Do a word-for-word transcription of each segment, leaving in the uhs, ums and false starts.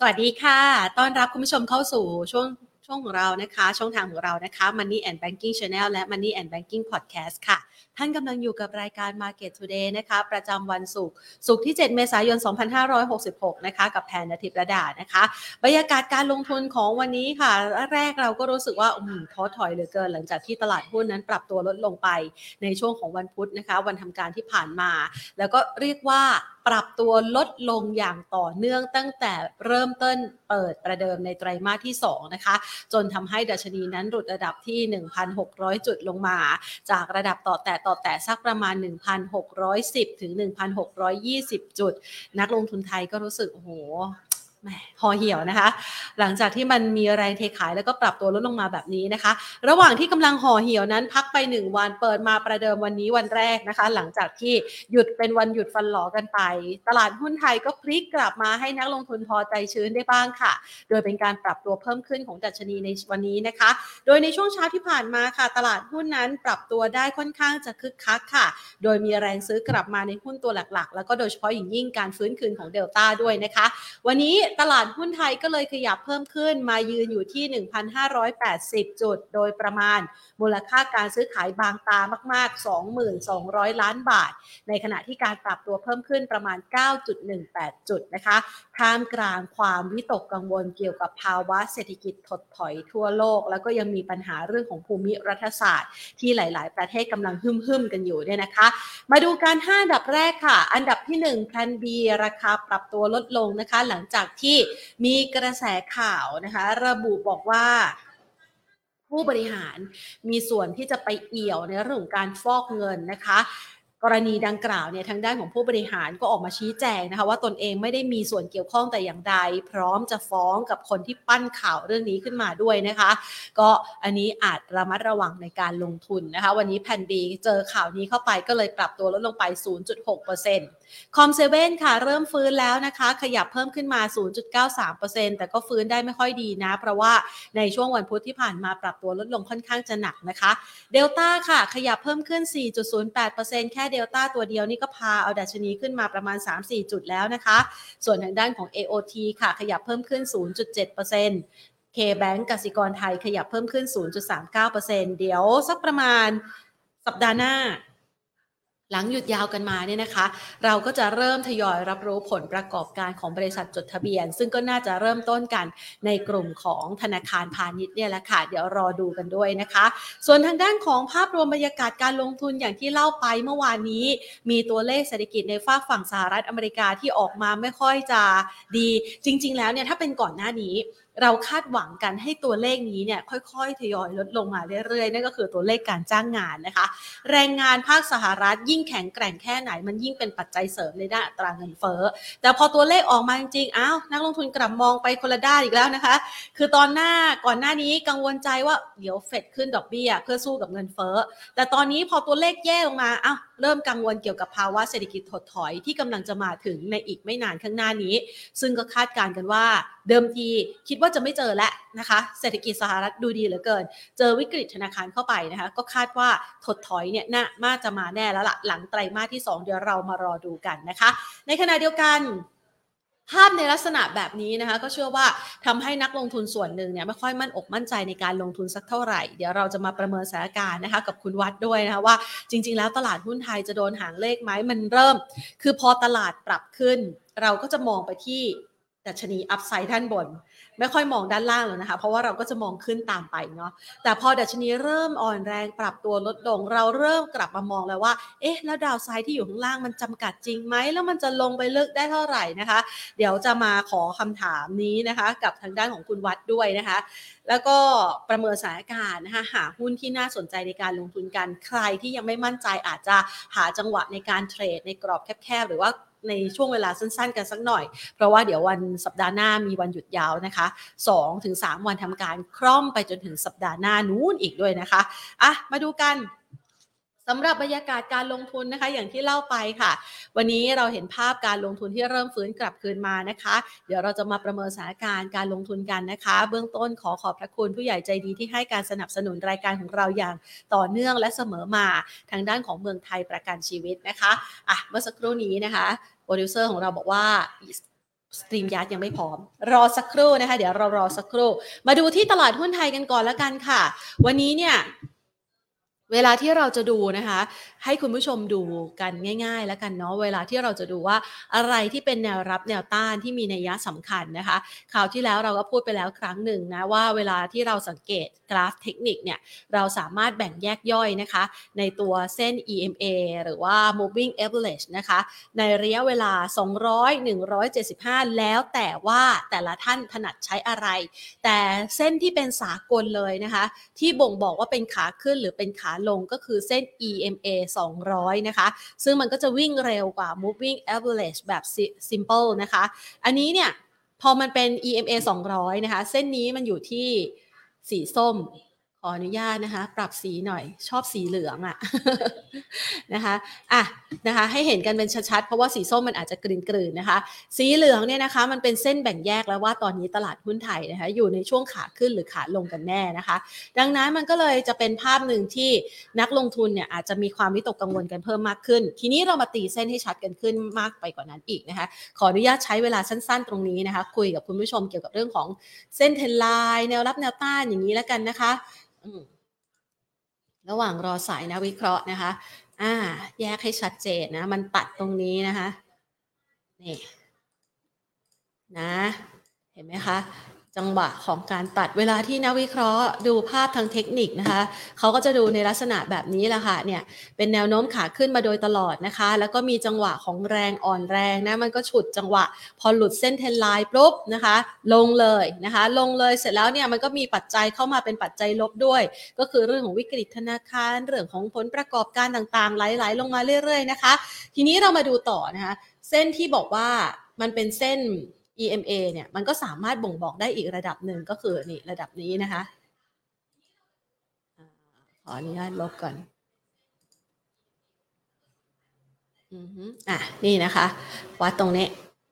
สวัสดีค่ะต้อนรับคุณผู้ชมเข้าสู่ช่วงช่วงของเรานะคะช่องทางของเรานะคะ Money and Banking Channel และ Money and Banking Podcast ค่ะท่านกำลังอยู่กับรายการ Market Today นะคะประจำวันศุกร์ศุกร์ที่เจ็ดเมษายนสองพันห้าร้อยหกสิบหกนะคะกับแพนนทิพย์ระดานะคะบรรยากาศการลงทุนของวันนี้ค่ะแรกเราก็รู้สึกว่าอืมท้อถอยเหลือเกินหลังจากที่ตลาดหุ้นนั้นปรับตัวลดลงไปในช่วงของวันพุธนะคะวันทำการที่ผ่านมาแล้วก็เรียกว่าปรับตัวลดลงอย่างต่อเนื่องตั้งแต่เริ่มต้นเปิดประเดิมในไตรมาสที่สองนะคะจนทำให้ดัชนีนั้นหลุดระดับที่ หนึ่งพันหกร้อย จุดลงมาจากระดับต่อแต่ต่อแต่สักประมาณ หนึ่งพันหกร้อยสิบ ถึง หนึ่งพันหกร้อยยี่สิบ จุดนักลงทุนไทยก็รู้สึกโอ้โหแหมห่อเหี่ยวนะคะหลังจากที่มันมีแรงเทขายแล้วก็ปรับตัวลดลงมาแบบนี้นะคะระหว่างที่กำลังห่อเหี่ยวนั้นพักไปหนึ่งวันเปิดมาประเดิมวันนี้วันแรกนะคะหลังจากที่หยุดเป็นวันหยุดฟันหลอกันไปตลาดหุ้นไทยก็พลิกกลับมาให้นักลงทุนพอใจชื้นได้บ้างค่ะโดยเป็นการปรับตัวเพิ่มขึ้นของดัชนีในวันนี้นะคะโดยในช่วงเช้าที่ผ่านมาค่ะตลาดหุ้นนั้นปรับตัวได้ค่อนข้างจะคึกคักค่ะโดยมีแรงซื้อกลับมาในหุ้นตัวหลักๆแล้วก็โดยเฉพาะอย่างยิ่งการฟื้นคืนของเดลต้าด้วยนะคะวันนี้ตลาดหุ้นไทยก็เลยขยับเพิ่มขึ้นมายืนอยู่ที่ หนึ่งพันห้าร้อยแปดสิบ จุดโดยประมาณมูลค่าการซื้อขายบางตามากๆ สองพันสองร้อย ล้านบาทในขณะที่การปรับตัวเพิ่มขึ้นประมาณ เก้าจุดหนึ่งแปด จุดนะคะท่ามกลางความวิตกกังวลเกี่ยวกับภาวะเศรษฐกิจถดถอยทั่วโลกแล้วก็ยังมีปัญหาเรื่องของภูมิรัฐศาสตร์ที่หลายๆประเทศกำลังหึ่มๆกันอยู่เนี่ยนะคะมาดูการห้าอันดับแรกค่ะอันดับที่หนึ่ง Plan B ราคาปรับตัวลดลงนะคะหลังจากที่มีกระแสข่าวนะคะระบุบอกว่าผู้บริหารมีส่วนที่จะไปเอี่ยวในเรื่องของการฟอกเงินนะคะกรณีดังกล่าวเนี่ยทางด้านของผู้บริหารก็ออกมาชี้แจงนะคะว่าตนเองไม่ได้มีส่วนเกี่ยวข้องแต่อย่างใดพร้อมจะฟ้องกับคนที่ปั้นข่าวเรื่องนี้ขึ้นมาด้วยนะคะก็อันนี้อาจระมัดระวังในการลงทุนนะคะวันนี้แผ่นดีเจอข่าวนี้เข้าไปก็เลยปรับตัวลดลงไป ศูนย์จุดหกเปอร์เซ็นต์ คอมเซเว่นค่ะเริ่มฟื้นแล้วนะคะขยับเพิ่มขึ้นมา ศูนย์จุดเก้าสามเปอร์เซ็นต์ แต่ก็ฟื้นได้ไม่ค่อยดีนะเพราะว่าในช่วงวันพุธที่ผ่านมาปรับตัวลดลงค่อนข้างจะหนักนะคะเดลต้าค่ะขยับเพิ่มขึ้น สี่จุดศูนย์แปดเปอร์เซ็นต์ แค่เดลต้าตัวเดียวนี่ก็พาเอาดัชนีขึ้นมาประมาณ สามถึงสี่ จุดแล้วนะคะส่วนทางด้านของ เอ โอ ที ค่ะขยับเพิ่มขึ้น ศูนย์จุดเจ็ดเปอร์เซ็นต์ K-Bank กสิกรไทยขยับเพิ่มขึ้น ศูนย์จุดสามเก้าเปอร์เซ็นต์ เดี๋ยวสักประมาณสัปดาห์หน้าหลังหยุดยาวกันมาเนี่ยนะคะเราก็จะเริ่มทยอยรับรู้ผลประกอบการของบริษัทจดทะเบียนซึ่งก็น่าจะเริ่มต้นกันในกลุ่มของธนาคารพาณิชย์เนี่ยแหละค่ะเดี๋ยวรอดูกันด้วยนะคะส่วนทางด้านของภาพรวมบรรยากาศการลงทุนอย่างที่เล่าไปเมื่อวานนี้มีตัวเลขเศรษฐกิจในฝากฝั่งสหรัฐอเมริกาที่ออกมาไม่ค่อยจะดีจริงๆแล้วเนี่ยถ้าเป็นก่อนหน้านี้เราคาดหวังกันให้ตัวเลขนี้เนี่ยค่อยๆทยอยลดลงมาเรื่อยๆนั่นก็คือตัวเลขการจ้างงานนะคะแรงงานภาคสหรัฐยิ่งแข็งแกร่งแค่ไหนมันยิ่งเป็นปัจจัยเสริมในด้านอัตราเงินเฟ้อแต่พอตัวเลขออกมาจริงๆอ้าวนักลงทุนกลับมองไปคนละด้านอีกแล้วนะคะคือตอนหน้าก่อนหน้านี้กังวลใจว่าเดี๋ยวเฟดขึ้นดอกเบี้ยเพื่อสู้กับเงินเฟ้อแต่ตอนนี้พอตัวเลขแย่ลงมาอ้าวเริ่มกังวลเกี่ยวกับภาวะเศรษฐกิจถดถอยที่กำลังจะมาถึงในอีกไม่นานข้างหน้านี้ซึ่งก็คาดการณ์กันว่าเดิมทีคิดว่าจะไม่เจอแล้วนะคะเศรษฐกิจสหรัฐดูดีเหลือเกินเจอวิกฤตธนาคารเข้าไปนะคะก็คาดว่าถดถอยเนี่ยน่าจะมาแน่แล้วล่ะหลังไตรมาสที่สองเดี๋ยวเรามารอดูกันนะคะในขณะเดียวกันภาพในลักษณะแบบนี้นะคะก็เชื่อว่าทำให้นักลงทุนส่วนหนึ่งเนี่ยไม่ค่อยมั่นอกมั่นใจในการลงทุนสักเท่าไหร่เดี๋ยวเราจะมาประเมินสถานการณ์นะคะกับคุณวัดด้วยนะคะว่าจริงๆแล้วตลาดหุ้นไทยจะโดนหางเลขไหมมันเริ่มคือพอตลาดปรับขึ้นเราก็จะมองไปที่ดัชนีอัพไซด์ด้านบนไม่ค่อยมองด้านล่างเลยนะคะเพราะว่าเราก็จะมองขึ้นตามไปเนาะแต่พอดัชนีเริ่มอ่อนแรงปรับตัวลดลงเราเริ่มกลับมามองแล้วว่าเอ๊ะแล้วดาวไซด์ที่อยู่ข้างล่างมันจำกัดจริงไหมแล้วมันจะลงไปลึกได้เท่าไหร่นะคะเดี๋ยวจะมาขอคำถามนี้นะคะกับทางด้านของคุณวัดด้วยนะคะแล้วก็ประเมินสถานการณ์นะคะหาหุ้นที่น่าสนใจในการลงทุนกันใครที่ยังไม่มั่นใจอาจจะหาจังหวะในการเทรดในกรอบแคบๆหรือว่าในช่วงเวลาสั้นๆกันสักหน่อยเพราะว่าเดี๋ยววันสัปดาห์หน้ามีวันหยุดยาวนะคะ สองถึงสาม วันทำการคล่อมไปจนถึงสัปดาห์หน้านู้นอีกด้วยนะคะอ่ะมาดูกันสำหรับบรรยากาศการลงทุนนะคะอย่างที่เล่าไปค่ะวันนี้เราเห็นภาพการลงทุนที่เริ่มฟื้นกลับคืนมานะคะเดี๋ยวเราจะมาประเมินสถานการณ์การลงทุนกันนะคะเบื้องต้นขอขอบพระคุณผู้ใหญ่ใจดีที่ให้การสนับสนุนรายการของเราอย่างต่อเนื่องและเสมอมาทางด้านของเมืองไทยประกันชีวิตนะคะอ่ะเมื่อสักครู่นี้นะคะโปรดิวเซอร์ของเราบอกว่าสตรีมยาร์ดยังไม่พร้อมรอสักครู่นะคะเดี๋ยวเรารอสักครู่มาดูที่ตลาดหุ้นไทยกันก่อนแล้วกันค่ะวันนี้เนี่ยเวลาที่เราจะดูนะคะให้คุณผู้ชมดูกันง่ายๆแล้วกันเนาะเวลาที่เราจะดูว่าอะไรที่เป็นแนวรับแนวต้านที่มีนัยสำคัญนะคะคราวที่แล้วเราก็พูดไปแล้วครั้งหนึ่งนะว่าเวลาที่เราสังเกตกราฟเทคนิคเนี่ยเราสามารถแบ่งแยกย่อยนะคะในตัวเส้น อี เอ็ม เอ หรือว่า moving average นะคะในระยะเวลาสองร้อย หนึ่งร้อยเจ็ดสิบห้าแล้วแต่ว่าแต่ละท่านถนัดใช้อะไรแต่เส้นที่เป็นสากลเลยนะคะที่บ่งบอกว่าเป็นขาขึ้นหรือเป็นขาลงก็คือเส้น อี เอ็ม เอ สองร้อยนะคะซึ่งมันก็จะวิ่งเร็วกว่า moving average แบบ simple นะคะอันนี้เนี่ยพอมันเป็น อี เอ็ม เอ สองร้อยนะคะเส้นนี้มันอยู่ที่สีส้มขออนุญาตนะคะปรับสีหน่อยชอบสีเหลืองอะ นะคะอ่ะนะคะให้เห็นกันเป็นชัดๆเพราะว่าสีส้มมันอาจจะกลืนๆนะคะสีเหลืองเนี่ยนะคะมันเป็นเส้นแบ่งแยกแล้วว่าตอนนี้ตลาดหุ้นไทยนะคะอยู่ในช่วงขาขึ้นหรือขาลงกันแน่นะคะดังนั้นมันก็เลยจะเป็นภาพหนึ่งที่นักลงทุนเนี่ยอาจจะมีความวิตกกังวลกันเพิ่มมากขึ้นทีนี้เรามาตีเส้นให้ชัดกันขึ้นมากไปกว่านั้นอีกนะคะขออนุญาตใช้เวลาสั้นๆตรงนี้นะคะคุยกับคุณผู้ชมเกี่ยวกับเรื่องของเส้นเทรนไลน์แนวรับแนวต้านอย่างนี้แล้วกันนะคะระหว่างรอสายนักวิเคราะห์นะคะอ่าแยกให้ชัดเจนนะมันตัดตรงนี้นะคะนี่นะเห็นไหมคะจังหวะของการตัดเวลาที่นักวิเคราะห์ดูภาพทางเทคนิคนะคะเขาก็จะดูในลักษณะแบบนี้แหละค่ะเนี่ยเป็นแนวโน้มขาขึ้นมาโดยตลอดนะคะแล้วก็มีจังหวะของแรงอ่อนแรงนะมันก็ฉุดจังหวะพอหลุดเส้นเทรนไลน์ปุ๊บนะคะลงเลยนะคะลงเลยเสร็จแล้วเนี่ยมันก็มีปัจจัยเข้ามาเป็นปัจจัยลบด้วยก็คือเรื่องของวิกฤตธนาคารเรื่องของผลประกอบการต่างๆไหลๆลงมาเรื่อยๆนะคะทีนี้เรามาดูต่อนะคะเส้นที่บอกว่ามันเป็นเส้นอี เอ็ม เอ เนี่ยมันก็สามารถบ่งบอกได้อีกระดับหนึ่งก็คือนี่ระดับนี้นะคะขออนุญาตลบก่อนอือฮึอ่ะนี่นะคะวัดตรงนี้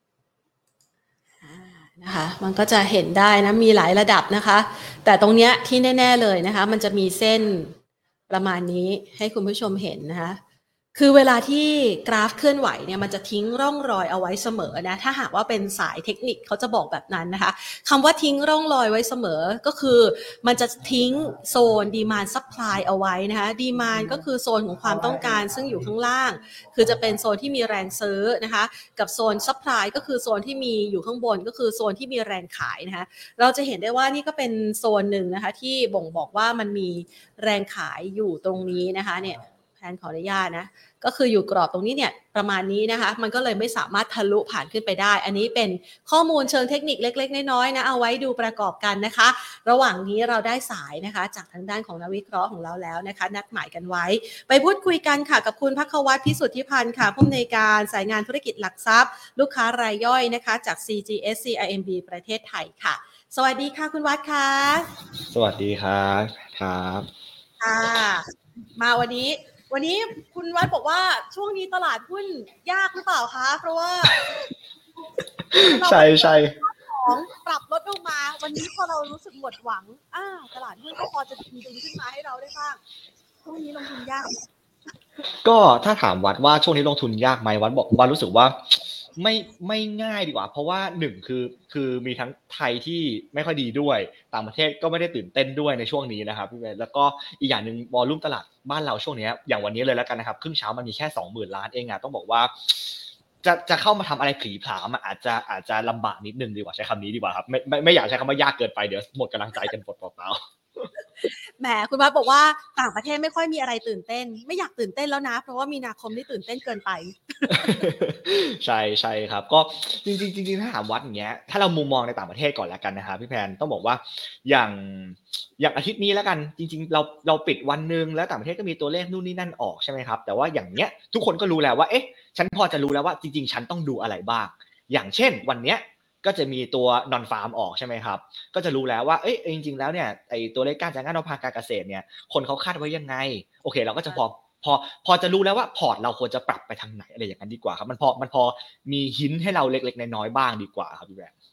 นะคะมันก็จะเห็นได้นะมีหลายระดับนะคะแต่ตรงเนี้ยที่แน่ๆเลยนะคะมันจะมีเส้นประมาณนี้ให้คุณผู้ชมเห็นนะคะคือเวลาที่กราฟเคลื่อนไหวเนี่ยมันจะทิ้งร่องรอยเอาไว้เสมอนะถ้าหากว่าเป็นสายเทคนิคเขาจะบอกแบบนั้นนะคะคำว่าทิ้งร่องรอยไว้เสมอก็คือมันจะทิ้งโซน demand supply เอาไว้นะคะ demand ก็คือโซนของความต้องการซึ่งอยู่ข้างล่างคือจะเป็นโซนที่มีแรงซื้อนะคะกับโซน supply ก็คือโซนที่มีอยู่ข้างบนก็คือโซนที่มีแรงขายนะคะเราจะเห็นได้ว่านี่ก็เป็นโซนหนึ่งนะคะที่บ่งบอกว่ามันมีแรงขายอยู่ตรงนี้นะคะเนี่ยแทนขออนุญาตนะก็คืออยู่กรอบตรงนี้เนี่ยประมาณนี้นะคะมันก็เลยไม่สามารถทะลุผ่านขึ้นไปได้อันนี้เป็นข้อมูลเชิงเทคนิคเล็กๆน้อยๆนะเอาไว้ดูประกอบกันนะคะระหว่างนี้เราได้สายนะคะจากทางด้านของนักวิเคราะห์ของเราแล้วนะคะนัดหมายกันไว้ไปพูดคุยกันค่ะกับคุณภัควัฒน์พิสุทธิพันธ์ค่ะผู้อำนวยการสายงานธุรกิจหลักทรัพย์ลูกค้ารายย่อยนะคะจาก ซี จี เอส ซี ไอ เอ็ม บี ประเทศไทยค่ะสวัสดีค่ะคุณวัฒน์ค่ะสวัสดีครับครับค่ะมาวันนี้วันนี้คุณวัฒน์บอกว่าช่วงนี้ตลาดหุ้นยากหรือเปล่าคะเพราะว่าใช่ใช่ของปรับลดลงมาวันนี้พอเรารู้สึกหมดหวังอ่าตลาดหุ้นก็พอจะดึงขึ้นมาให้เราได้บ้างช่วงนี้ลงทุนยากก็ถ้าถามวัดว่าช่วงนี้ลงทุนยากไหมวัดบอกวัดรู้สึกว่าไม่ไม่ง่ายดีกว่าเพราะว่าหนึ่งคือคือมีทั้งไทยที่ไม่ค่อยดีด้วยต่างประเทศก็ไม่ได้ตื่นเต้นด้วยในช่วงนี้นะครับพี่เวทแล้วก็อีกอย่างนึงวอลลุ่มตลาดบ้านเราช่วงนี้อย่างวันนี้เลยแล้วกันนะครับครึ่งเช้ามันมีแค่ สองหมื่น ล้านเองอ่ะต้องบอกว่าจะจะเข้ามาทำอะไรผลีผลามอาจจะอาจจะลำบากนิดนึงดีกว่าใช้คำนี้ดีกว่าครับไม่ไม่ไม่อยากใช้คำว่ายากเกินไปเดี๋ยวหมดกำลังใจกันหมดเปล่าแหมคุณวัฒน์บอกว่าต่างประเทศไม่ค่อยมีอะไรตื่นเต้นไม่อยากตื่นเต้นแล้วนะเพราะว่ามีนาคมนี่ตื่นเต้นเกินไปใช่ใช่ครับก็จริงๆจริงๆถ้าถามวัดอย่างเงี้ยถ้าเรามุมมองในต่างประเทศก่อนแล้วกันนะครับพี่แพนต้องบอกว่าอย่างอย่างอาทิตย์นี้แล้วกันจริงๆเราเราปิดวันนึงแล้วต่างประเทศก็มีตัวเลขนู่นนี่นั่นออกใช่ไหมครับแต่ว่าอย่างเนี้ยทุกคนก็รู้แล้วว่าเอ๊ะฉันพอจะรู้แล้วว่าจริงๆฉันต้องดูอะไรบ้างอย่างเช่นวันเนี้ยก็จะมีตัว non farm ออกใช่ไหมครับก็จะรู้แล้วว่าเอ้ยจริงๆแล้วเนี่ยไอ้ตัวเลขการจ้างงานนอกภาคการเกษตรเนี่ยคนเขาคาดไว้ยังไงโอเคเราก็จะพอพอพอจะรู้แล้วว่าพอร์ตเราควรจะปรับไปทางไหนอะไรอย่างนั้นดีกว่าครับมันพอมันพอมีหินให้เราเล็กๆน้อยๆบ้างดีกว่าครับพี่แบงค์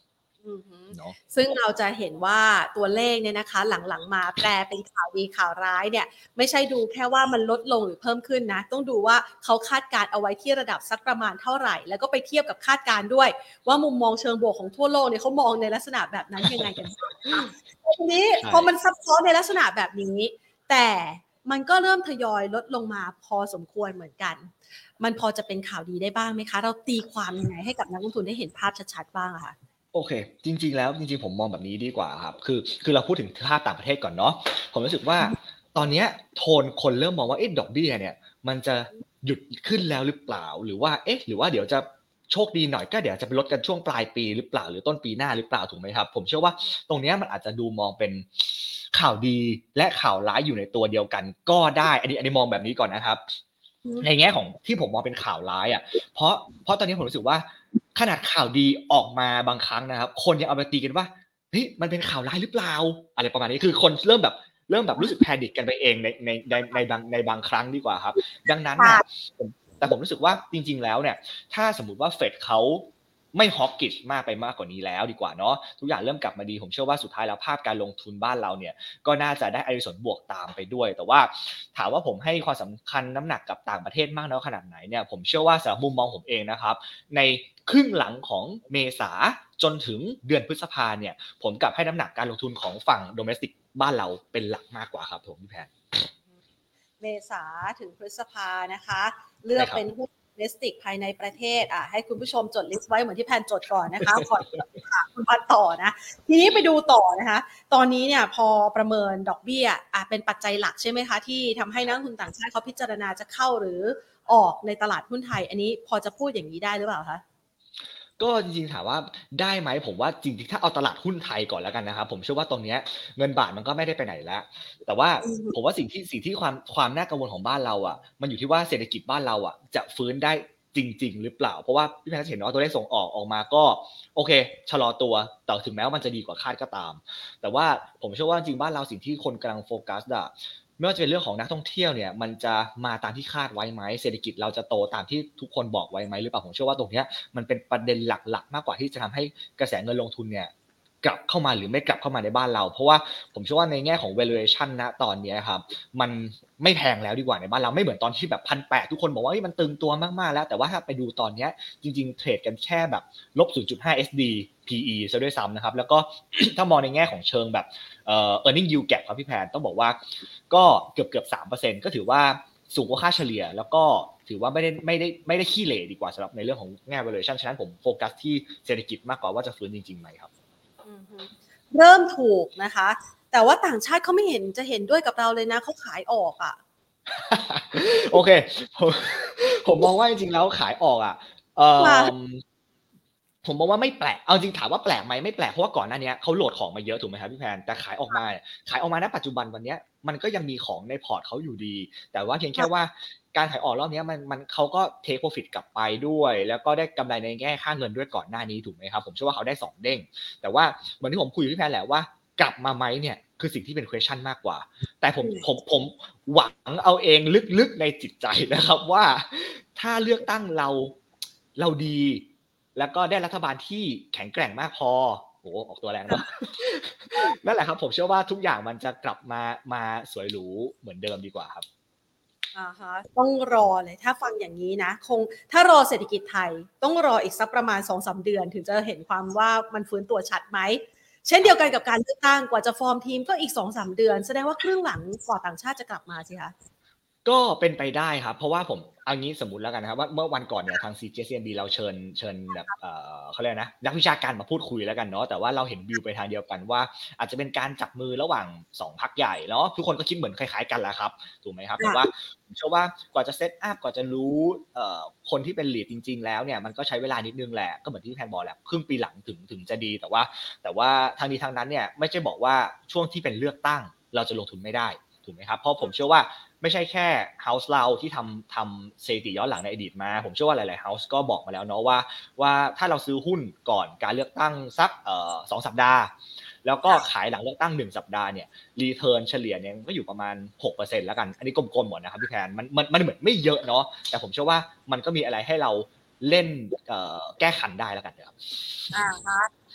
อือฮึเนาะซึ่งเราจะเห็นว่าตัวเลขเนี่ยนะคะหลังๆมาแปลเป็นข่าวดีข่าวร้ายเนี่ยไม่ใช่ดูแค่ว่ามันลดลงหรือเพิ่มขึ้นนะต้องดูว่าเขาคาดการณ์เอาไว้ที่ระดับสักประมาณเท่าไหร่แล้วก็ไปเทียบกับคาดการณ์ด้วยว่ามุมมองเชิงบวกของทั่วโลกเนี่ยเขามองในลักษณะแบบนั้นยังไงกันบ้างคะทีนี้พอมันซับซ้อนในลักษณะแบบนี้แต่มันก็เริ่มทยอยลดลงมาพอสมควรเหมือนกันมันพอจะเป็นข่าวดีได้บ้างไหมคะเราตีความยังไงให้กับนักลงทุนได้เห็นภาพชัดๆบ้างอะคะโอเคจริงๆแล้วจริงๆผมมองแบบนี้ดีกว่าครับคือคือเราพูดถึงภาพต่างประเทศก่อนเนาะผมรู้สึกว่าตอนเนี้ยโทนคนเริ่มมองว่าเอ๊ะดอกเบี้ยเนี่ยมันจะหยุดขึ้นแล้วหรือเปล่าหรือว่าเอ๊ะหรือว่าเดี๋ยวจะโชคดีหน่อยก็เดี๋ยวจะไปลดกันช่วงปลายปีหรือเปล่าหรือต้นปีหน้าหรือเปล่าถูกไหมครับผมเชื่อว่าตรงเนี้ยมันอาจจะดูมองเป็นข่าวดีและข่าวร้ายอยู่ในตัวเดียวกันก็ได้อันนี้อันนี้มองแบบนี้ก่อนนะครับในแง่ของที่ผมมองเป็นข่าวร้ายอ่ะเพราะเพราะตอนนี้ผมรู้สึกว่าขนาดข่าวดีออกมาบางครั้งนะครับคนยังเอาไปตีกันว่าเฮ้ยมันเป็นข่าวร้ายหรือเปล่าอะไรประมาณนี้คือคนเริ่มแบบเริ่มแบบรู้สึกแพนิคกันไปเองในในในในบางในบางครั้งดีกว่าครับดังนั้นน่ะผมแต่ผมรู้สึกว่าจริงๆแล้วเนี่ยถ้าสมมุติว่าเฟดเขาไม่ฮอกกิชมากไปมากกว่านี้แล้วดีกว่าเนาะทุกอย่างเริ่มกลับมาดีผมเชื่อว่าสุดท้ายแล้วภาพการลงทุนบ้านเราเนี่ยก็น่าจะได้อานิสงส์บวกตามไปด้วยแต่ว่าถามว่าผมให้ความสำคัญน้ำหนักกับต่างประเทศมากน้อยขนาดไหนเนี่ยผมเชื่อว่าสำหรับมุมมองผมเองนะครับในครึ่งหลังของเมษาจนถึงเดือนพฤษภาเนี่ยผมกลับให้น้ำหนักการลงทุนของฝั่งโดเมสติกบ้านเราเป็นหลักมากกว่าครับผมพี่แพนเมษาถึงพฤษภานะคะเลือกเป็นหุ้นเมสติกภายในประเทศอ่ะให้คุณผู้ชมจดลิสต์ไว้เหมือนที่แพนจดก่อนนะคะก่อนถามคุณพันต่อนะทีนี้ไปดูต่อนะคะตอนนี้เนี่ยพอประเมินดอกเบี้ยอ่ะเป็นปัจจัยหลักใช่ไหมคะที่ทำให้นักลงทุนต่างชาติเขาพิจารณาจะเข้าหรือออกในตลาดหุ้นไทยอันนี้พอจะพูดอย่างนี้ได้หรือเปล่าคะก็จริงๆถามว่าได้ไหมผมว่าจริงๆถ้าเอาตลาดหุ้นไทยก่อนแล้วกันนะครับผมเชื่อว่าตรงเนี้ยเงินบาทมันก็ไม่ได้ไปไหนแล้วแต่ว่าผมว่าสิ่งที่สิ่งที่ความความน่ากังวลของบ้านเราอะมันอยู่ที่ว่าเศรษฐกิจบ้านเราอะจะฟื้นได้จริงๆหรือเปล่าเพราะว่าพี่แพนเห็นว่าตัวเลขส่งออกออกมาก็โอเคชะลอตัวแต่ถึงแม้ว่ามันจะดีกว่าคาดก็ตามแต่ว่าผมเชื่อว่าจริงๆบ้านเราสิ่งที่คนกำลังโฟกัสอะไม่ว่าจะเป็นเรื่องของนักท่องเที่ยวเนี่ยมันจะมาตามที่คาดไว้ไหมเศรษฐกิจเราจะโตตามที่ทุกคนบอกไว้ไหมหรือเปล่าผมเชื่อว่าตรงเนี้ยมันเป็นประเด็นหลักๆมากกว่าที่จะทำให้กระแสเงินลงทุนเนี่ยกลับเข้ามาหรือไม่กลับเข้ามาในบ้านเราเพราะว่าผมเชื่อว่าในแง่ของ valuation ณตอนนี้ครับมันไม่แพงแล้วดีกว่าในบ้านเราไม่เหมือนตอนที่แบบ หนึ่งพันแปดร้อย ทุกคนบอกว่ามันตึงตัวมากๆแล้วแต่ว่าถ้าไปดูตอนนี้จริงๆเทรดกันแค่แบบลบ ศูนย์จุดห้า เอส ดี พี อี ซะด้วยซ้ำนะครับแล้วก็ ถ้ามองในแง่ของเชิงแบบเอ่อ earning yield gap ครับพี่แพนต้องบอกว่าก็เกือบๆ สามเปอร์เซ็นต์ ก็ถือว่าสูงกว่าค่าเฉลี่ยแล้วก็ถือว่าไม่ได้ไม่ได้ไม่ได้ขี้เหร่ดีกว่าสำหรับในเรื่องของแง่ valuation ฉะนั้นผมโฟกัสที่เศรษฐกิจมากกว่าว่าจะฟื้นจริงๆไหมครับเริ่มถูกนะคะแต่ว่าต่างชาติเขาไม่เห็นจะเห็นด้วยกับเราเลยนะเขาขายออกอ่ะโอเคผมผมมองว่าจริงๆแล้วขายออกอ่ะเอ่อผมมองว่าไม่แปลกเอาจริงถามว่าแปลกไหมไม่แปลกเพราะว่าก่อนหน้านี้เขาโหลดของมาเยอะถูกไหมครับพี่แพนแต่ขายออกมาขายออกมาณปัจจุบันวันนี้มันก็ยังมีของในพอร์ตเขาอยู่ดีแต่ว่าเพียงแค่ว่าการขายออกรอบนี้มันมันเขาก็เทคโปรฟิตกลับไปด้วยแล้วก็ได้กำไรในแง่ค่าเงินด้วยก่อนหน้านี้ถูกไหมครับผมเชื่อว่าเขาได้สองเด้งแต่ว่าเหมือนที่ผมคุยกับพี่แพนแหละว่ากลับมาไหมเนี่ยคือสิ่งที่เป็น question มากกว่าแต่ผมผมผมหวังเอาเองลึกๆในจิตใจนะครับว่าถ้าเลือกตั้งเราเราดีแล้วก็ได้รัฐบาลที่แข็งแกร่งมากพอโหออกตัวแรงเนาะนั่นแหละครับผมเชื่อว่าทุกอย่างมันจะกลับมามาสวยหรูเหมือนเดิมดีกว่าครับอ่าฮะต้องรอเลยถ้าฟังอย่างนี้นะคงถ้ารอเศรษฐกิจไทยต้องรออีกสักประมาณ สองถึงสาม เดือนถึงจะเห็นความว่ามันฟื้นตัวชัดไหมเช่นเดียวกันกับการเลือกตั้งกว่าจะฟอร์มทีมก็อีก สองถึงสาม เดือนแสดงว่าครึ่งหลังกว่าต่างชาติจะกลับมาสิคะก็เป็นไปได้ครับเพราะว่าผมเอางี้สมมุติแล้วกันนะครับว่าเมื่อวันก่อนเนี่ยทาง ซี เจ ซี เอ็ม บี เราเชิญเชิญแบบเอ่อเขาเรียกนะนักวิชาการมาพูดคุยแล้วกันเนาะแต่ว่าเราเห็นวิวไปทางเดียวกันว่าอาจจะเป็นการจับมือระหว่างสองพรรคใหญ่เนาะทุกคนก็คิดเหมือนคล้ายๆกันแหละครับถูกไหมครับแต่ว่าผมเชื่อว่ากว่าจะเซตอัพกว่าจะรู้เอ่อคนที่เป็นลีดจริงๆแล้วเนี่ยมันก็ใช้เวลานิดนึงแหละก็เหมือนที่แพนบอกแหละครึ่งปีหลังถึงถึงจะดีแต่ว่าแต่ว่าทางนี้ทางนั้นเนี่ยไม่ใช่บอกว่าช่วงที่เป็นเลือกตั้งเราจะลงทุนไม่ได้ถูกไหมครับเพราะผมเชื่อว่าไม่ใช่แค่ House เราที่ทำทำสถิติย้อนหลังในอดีตมาผมเชื่อว่าหลายๆ House ก็บอกมาแล้วเนาะว่าว่าถ้าเราซื้อหุ้นก่อนการเลือกตั้งสักเอ่อสองสัปดาห์แล้วก็ขายหลังเลือกตั้งหนึ่งสัปดาห์เนี่ยรีเทิร์นเฉลี่ยเนี่ยก็อยู่ประมาณ หกเปอร์เซ็นต์ แล้วกันอันนี้กลมๆหมดนะครับพี่แพนมันมันมันเหมือนไม่เยอะเนาะแต่ผมเชื่อว่ามันก็มีอะไรให้เราเล่นเอ่อแก้ขันได้แล้วกันครับอ่าฮะ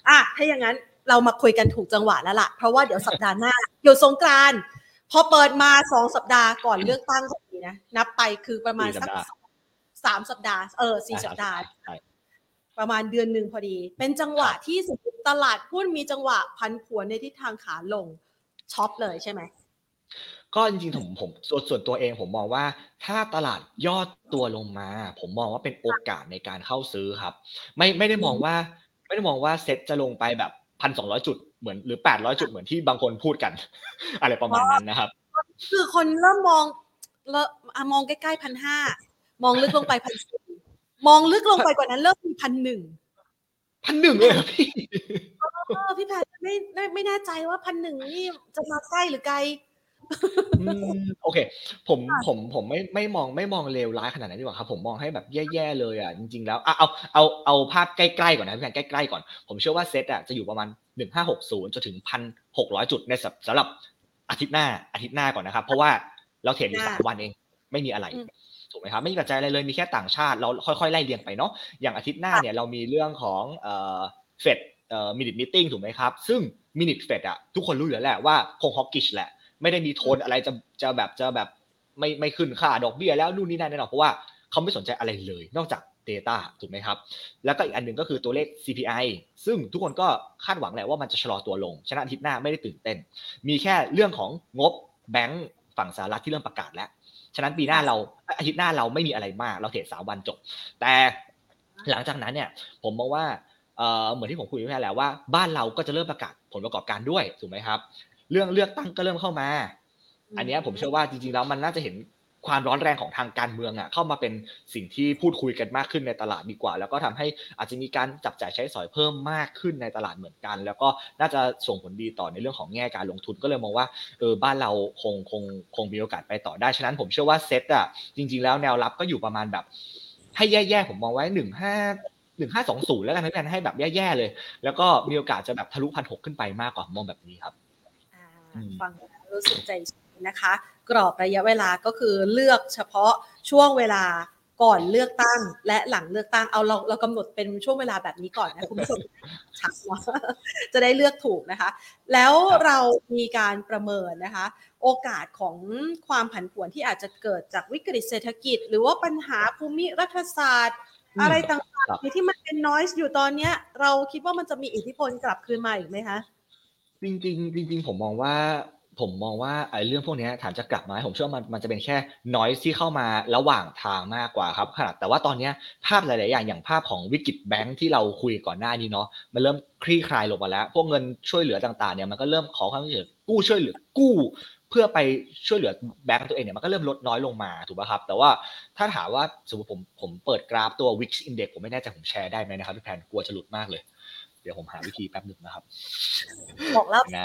อ่ะถ้าอย่างนั้นเรามาคุยกันถูกจังหวะแล้วล่ะเพราะว่าเดี๋ยวสัปดาห์หน้าหยุดสงกรานต์พอเปิดมาสองสัปดาห์ก่อนเลือกตั้งพอดีนะนับไปคือประมาณสักสามสัปดาห์เออสี่สัปดาห์ประมาณเดือนนึงพอดีเป็นจังหวะที่ตลาดหุ้นมีจังหวะพันผวนในทิศทางขาลงช็อปเลยใช่ไหมก็จริงๆผมผมส่วนส่วนตัวเองผมมองว่าถ้าตลาดย่อตัวลงมาผมมองว่าเป็นโอกาสในการเข้าซื้อครับไม่ไม่ได้มองว่าไม่ได้มองว่าเซ็ตจะลงไปแบบ หนึ่งพันสองร้อย จุดเหมือนหรือแปดร้อยจุดเหมือนที่บางคนพูดกันอะไรประมาณนั้นนะครับคือคนเริ่มมองเริ่มมองใกล้ๆ หนึ่งพันห้าร้อย มองลึกลงไป หนึ่งพันสี่ร้อย มองลึกลงไปกว่านั้นเริ่มมี หนึ่งพันหนึ่งร้อยหนึ่งพันหนึ่งร้อย เลยเหรอพี่เออพี่แพทไม่ไม่ไม่แน่ใจว่า หนึ่งพันหนึ่งร้อย นี่จะมาใกล้หรือไกลอืมโอเคผมผมผมไม่ไม่มองไม่มองเลวร้ายขนาดนั้นดีกว่าครับผมมองให้แบบแย่ๆเลยอ่ะจริงๆแล้วอ่ะเอาเอาเอาภาพใกล้ๆก่อนนะพี่แพนใกล้ๆก่อนผมเชื่อว่าเซตอ่ะจะอยู่ประมาณหนึ่งพันห้าร้อยหกสิบจนถึง หนึ่งพันหกร้อย จุดในสำหรับอาทิตย์หน้าอาทิตย์หน้าก่อนนะครับเพราะว่าเราเทรดอยู่สามวันเองไม่มีอะไรถูกไหมครับไม่มีปัจจัยอะไรเลยมีแค่ต่างชาติเราค่อยๆไล่เรียงไปเนาะอย่างอาทิตย์หน้าเนี่ยเรามีเรื่องของเอ่อเฟดเอ่อมินิทมีตติ้งถูกไหมครับซึ่งมินิทเฟดอ่ะทุกคนรู้อยู่แล้วแหละว่าคงฮอกกิชแหละไม่ได้มีโทนอะไรจะจะแบบจะแบบไม่ไม่ขึ้นค่าดอกเบี้ยแล้วนู่นนี่นั่นแน่นอนเพราะว่าเขาไม่สนใจอะไรเลยนอกจาก data ถูกไหมครับแล้วก็อีกอันหนึ่งก็คือตัวเลข ซี พี ไอ ซึ่งทุกคนก็คาดหวังแหละว่ามันจะชะลอตัวลงฉะนั้นอาทิตย์หน้าไม่ได้ตื่นเต้นมีแค่เรื่องของงบแบงก์ฝั่งสหรัฐที่เริ่มประกาศแล้วฉะนั้นปีหน้าเราอาทิตย์หน้าเราไม่มีอะไรมากเราเทรดสามวันจบแต่หลังจากนั้นเนี่ยผมมองว่าเอ่อเหมือนที่ผมคุยไปแล้วว่าบ้านเราก็จะเริ่มประกาศผลประกอบการด้วยถูกไหมครับเรื่องเลือกตั้งก็เริ่มเข้ามาอันนี้ผมเชื่อว่าจริงๆแล้วมันน่าจะเห็นความร้อนแรงของทางการเมืองอ่ะเข้ามาเป็นสิ่งที่พูดคุยกันมากขึ้นในตลาดดีกว่าแล้วก็ทำให้อาจจะมีการจับจ่ายใช้สอยเพิ่มมากขึ้นในตลาดเหมือนกันแล้วก็น่าจะส่งผลดีต่อในเรื่องของแง่การลงทุนก็เลยมองว่าเออบ้านเราคงคงคงมีโอกาสไปต่อได้ฉะนั้นผมเชื่อว่าเซ็ตอ่ะจริงๆแล้วแนวรับก็อยู่ประมาณแบบให้แย่ๆผมมองไว้หนึ่งห้า หนึ่งห้าสองศูนย์แล้วกันให้แบบแย่ๆเลยแล้วก็มีโอกาสจะแบบทะลุ หนึ่งพันหกร้อย ขึ้นไปมากกว่ามองแบบนี้ครับฟังรู้สึกใจนะคะกรอบระยะเวลาก็คือเลือกเฉพาะช่วงเวลาก่อนเลือกตั้งและหลังเลือกตั้งเอาเราเรากำหนดเป็นช่วงเวลาแบบนี้ก่อนนะคุณผู้ชมชัดเนาะจะได้เลือกถูกนะคะแล้วเรามีการประเมินนะคะโอกาสของความผันผวนที่อาจจะเกิดจากวิกฤตเศรษฐกิจหรือว่าปัญหาภูมิรัฐศาสตร์อะไรต่างๆที่มันเป็น noise อยู่ตอนนี้เราคิดว่ามันจะมีอิทธิพลกลับคืนมาอีกไหมคะจริงๆจริงๆผมมองว่าผมมองว่าไอ้เรื่องพวกนี้ถามจะกลับมาผมเชื่อว่ามันมันจะเป็นแค่ noise ที่เข้ามาระหว่างทางมากกว่าครับขนาดแต่ว่าตอนนี้ภาพหลายๆอย่างอย่างภาพของวิกฤตแบงค์ที่เราคุยก่อนหน้านี้เนาะมันเริ่มคลี่คลายลงมาแล้วพวกเงินช่วยเหลือต่างๆเนี่ยมันก็เริ่มขอความช่วยเหลือกู้ช่วยเหลือกู้เพื่อไปช่วยเหลือแบงค์ตัวเองเนี่ยมันก็เริ่มลดน้อยลงมาถูกป่ะครับแต่ว่าถ้าถามว่าสมมติผมผมเปิดกราฟตัว วี ไอ เอ็กซ์ Index ผมไม่แน่ใจผมแชร์ได้ไหมนะครับพี่แพนกลัวจะหลุดมากเลยเดี๋ยวผมหาวิธีแป๊บนึงนะครับบอกแล้วนะ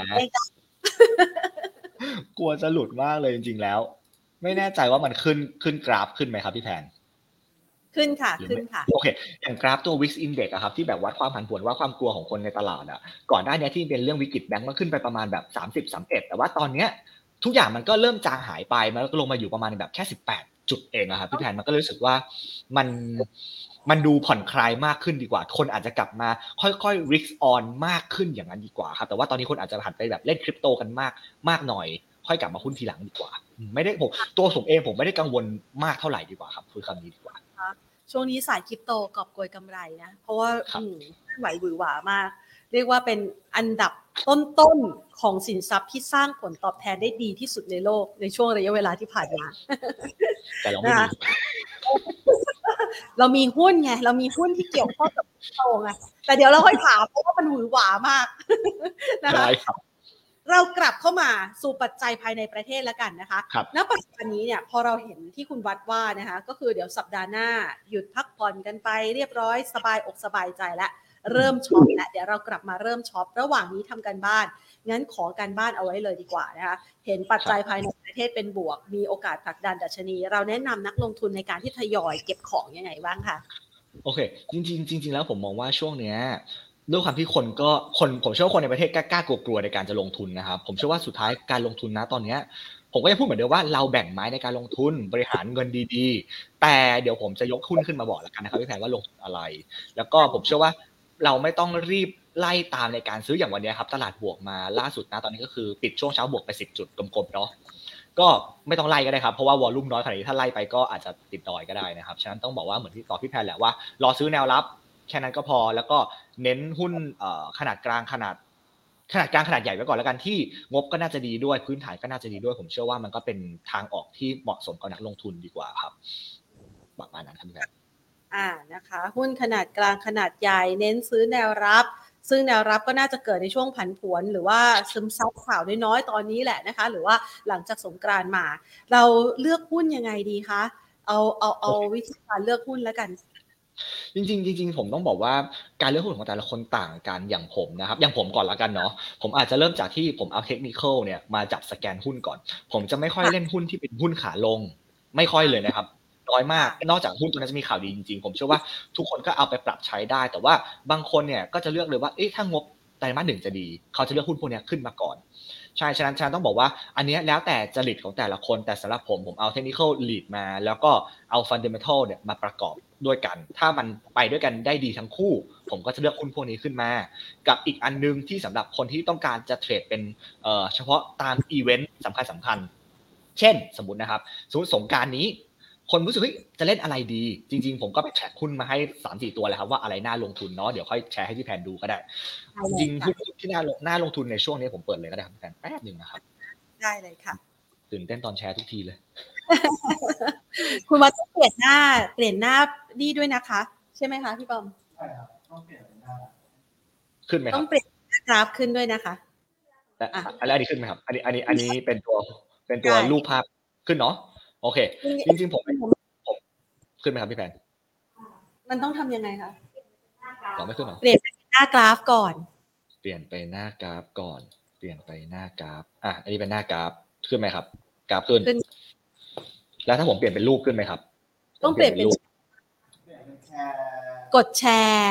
กลัวจะหลุดมากเลยจริงๆแล้วไม่แน่ใจว่ามันขึ้นขึ้นกราฟขึ้นไหมครับพี่แพนขึ้นค่ะขึ้นค่ะโอเคอย่างกราฟตัว วี ไอ เอ็กซ์ Index อะครับที่แบบวัดความผันผวนว่าความกลัวของคนในตลาดอะก่อนหน้านี้ที่เป็นเรื่องวิกฤตแบงก์มันขึ้นไปประมาณแบบสามสิบ สามสิบเอ็ดแต่ว่าตอนเนี้ยทุกอย่างมันก็เริ่มจางหายไปมันก็ลงมาอยู่ประมาณแบบแค่สิบแปดจุดเองอะครับพี่แพนมันก็รู้สึกว่ามันมันดูผ่อนคลายมากขึ้นดีกว่าคนอาจจะกลับมาค่อยๆ risk on มากขึ้นอย่างนั้นดีกว่าครับแต่ว่าตอนนี้คนอาจจะหันไปแบบเล่นคริปโตกันมากมากหน่อยค่อยกลับมาหุ้นทีหลังดีกว่าไม่ได้ผมตัวผมเองผมไม่ได้กังวลมากเท่าไหร่ดีกว่าครับคือคำนี้ดีกว่าช่วงนี้สายคริปโตกอบโกยกำไรนะเพราะว่าไหวหวือหวามากเรียกว่าเป็นอันดับต้นๆของสินทรัพย์ที่สร้างผลตอบแทนได้ดีที่สุดในโลกในช่วงระยะเวลาที่ผ่านมาแต่เราไม่มีเรามีหุ้นไงเรามีหุ้นที่เกี่ยวข้องกับคริปโตไงแต่เดี๋ยวเราค่อยถามเพราะว่ามันหวือหวามากนะคะเรากลับเข้ามาสู่ปัจจัยภายในประเทศแล้วกันนะคะณปัจจุบันนี้เนี่ยพอเราเห็นที่คุณวัดว่านะคะก็คือเดี๋ยวสัปดาห์หน้าหยุดพักผ่อนกันไปเรียบร้อยสบายอกสบายใจแล้วเริ่มช็อปแล้วเดี๋ยวเรากลับมาเริ่มช็อประหว่างนี้ทำกันบ้านงั้นขอการบ้านเอาไว้เลยดีกว่านะคะเห็นปัจจัยภายในประเทศเป็นบวกมีโอกาสผลักดันดัชนีเราแนะนำนักลงทุนในการที่ทยอยเก็บของยังไงบ้างคะโอเคจริงๆจริงๆแล้วผมมองว่าช่วงเนี้ยด้วยความที่คนก็คนผมเชื่อว่าคนในประเทศกล้ากลัวๆในการจะลงทุนนะครับผมเชื่อว่าสุดท้ายการลงทุนนะตอนนี้ผมก็ยังพูดเหมือนเดิมว่าเราแบ่งไม้ในการลงทุนบริหารเงินดีๆแต่เดี๋ยวผมจะยกหุ้นขึ้นมาบอกแล้วกันนะครับพี่แพนว่าลงทุนอะไรแล้วก็ผมเชื่อว่าเราไม่ต้องรีบไล่ตามในการซื้ออย่างวันนี้ครับตลาดบวกมาล่าสุดนะตอนนี้ก็คือปิดช่วงเช้าบวกไปสิบจุดกลมๆเนาะก็ไม่ต้องไล่ก็ได้ครับเพราะว่าวอลลุ่มน้อยขนาดนี้ถ้าไล่ไปก็อาจจะติดดอยก็ได้นะครับฉะนั้นต้องบอกว่าเหมือนที่ตอบพี่แพนแหละว่ารอซื้อแนวรับแค่นั้นก็พอแล้วก็เน้นหุ้นขนาดกลางขนาดขนาดกลางขนาดใหญ่ไว้ก่อนแล้วกันที่งบก็น่าจะดีด้วยพื้นฐานก็น่าจะดีด้วยผมเชื่อว่ามันก็เป็นทางออกที่เหมาะสมกับนักลงทุนดีกว่าครับประมาณนั้นครับพี่แพนอ่านะคะหุ้นขนาดกลางขนาดใหญ่เน้นซื้อแนวรับซึ่งแนวรับก็น่าจะเกิดในช่วงผันผวนหรือว่าซึมซับข่าวน้อยๆตอนนี้แหละนะคะหรือว่าหลังจากสงกรานต์มาเราเลือกหุ้นยังไงดีคะเอาเอาเอาวิธีการเลือกหุ้นแล้วกันจริงๆจริงๆผมต้องบอกว่าการเลือกหุ้นของแต่ละคนต่างกันอย่างผมนะครับอย่างผมก่อนละกันเนาะผมอาจจะเริ่มจากที่ผมเอาเทคนิคเนี่ยมาจับสแกนหุ้นก่อนผมจะไม่ค่อยเล่นหุ้นที่เป็นหุ้นขาลงไม่ค่อยเลยนะครับน้อยมากนอกจากหุ้นตัวนั้นจะมีข่าวดีจริงๆผมเชื่อว่าทุกคนก็เอาไปปรับใช้ได้แต่ว่าบางคนเนี่ยก็จะเลือกเลยว่าเอ๊ะถ้างบไตรมาสหนึ่งจะดีเขาจะเลือกหุ้นพวกนี้ขึ้นมาก่อนใช่ฉะนั้นฉะนั้นต้องบอกว่าอันนี้แล้วแต่จริตของแต่ละคนแต่สำหรับผมผมเอาเทคนิคลีดมาแล้วก็เอาฟันเดเมนทัลเนี่ยมาประกอบด้วยกันถ้ามันไปด้วยกันได้ดีทั้งคู่ผมก็จะเลือกหุ้นพวกนี้ขึ้นมากับอีกอันนึงที่สำหรับคนที่ต้องการจะเทรดเป็นเอ่อเฉพาะตามอีเวนต์สำคัญสำคัญเช่นสมมุตินะครับสมมุติสงกรานต์นี้คนรู้สึกเฮ้ยจะเล่นอะไรดีจริงๆผมก็ไปแทร็กหุ้นมาให้ สามสี่ ตัวเลยครับว่าอะไรน่าลงทุนเนาะเดี๋ยวค่อยแชร์ให้พี่แพนดูก็ได้จริงหุ้นที่น่าน่าลงทุนในช่วงนี้ผมเปิดเลยก็ได้ครับพี่แพนแป๊บนึงนะครับได้เลยค่ะตื่นเต้นตอนแชร์ทุกทีเลยคุณว่าต้องเปลี่ยนหน้าเปลี่ยนหน้าดีด้วยนะคะใช่ไหมคะพี่ปอมใช่ครับต้องเปลี่ยนหน้าขึ้นไหมครับต้องเปลี่ยนหน้ากราฟขึ้นด้วยนะคะและอันนี้ขึ้นไหมครับอันนี้อันนี้อันนี้เป็นตัวเป็นตัวรูปภาพขึ้นเนาะโอเคจริงๆผมผมขึ้นไหมครับพี่แพนมันต้องทำยังไงคะเราไม่ขึ้นหรอเปลี่ยนไปหน้ากราฟก่อนเปลี่ยนไปหน้ากราฟก่อนเปลี่ยนไปหน้ากราฟอ่ะอันนี้เป็นหน้ากราฟขึ้นไหมครับกราฟขึ้นแล้วถ้าผมเปลี่ยนเป็นรูปขึ้นไหมครับต้องเปลี่ยนเป็นรูปกดแชร์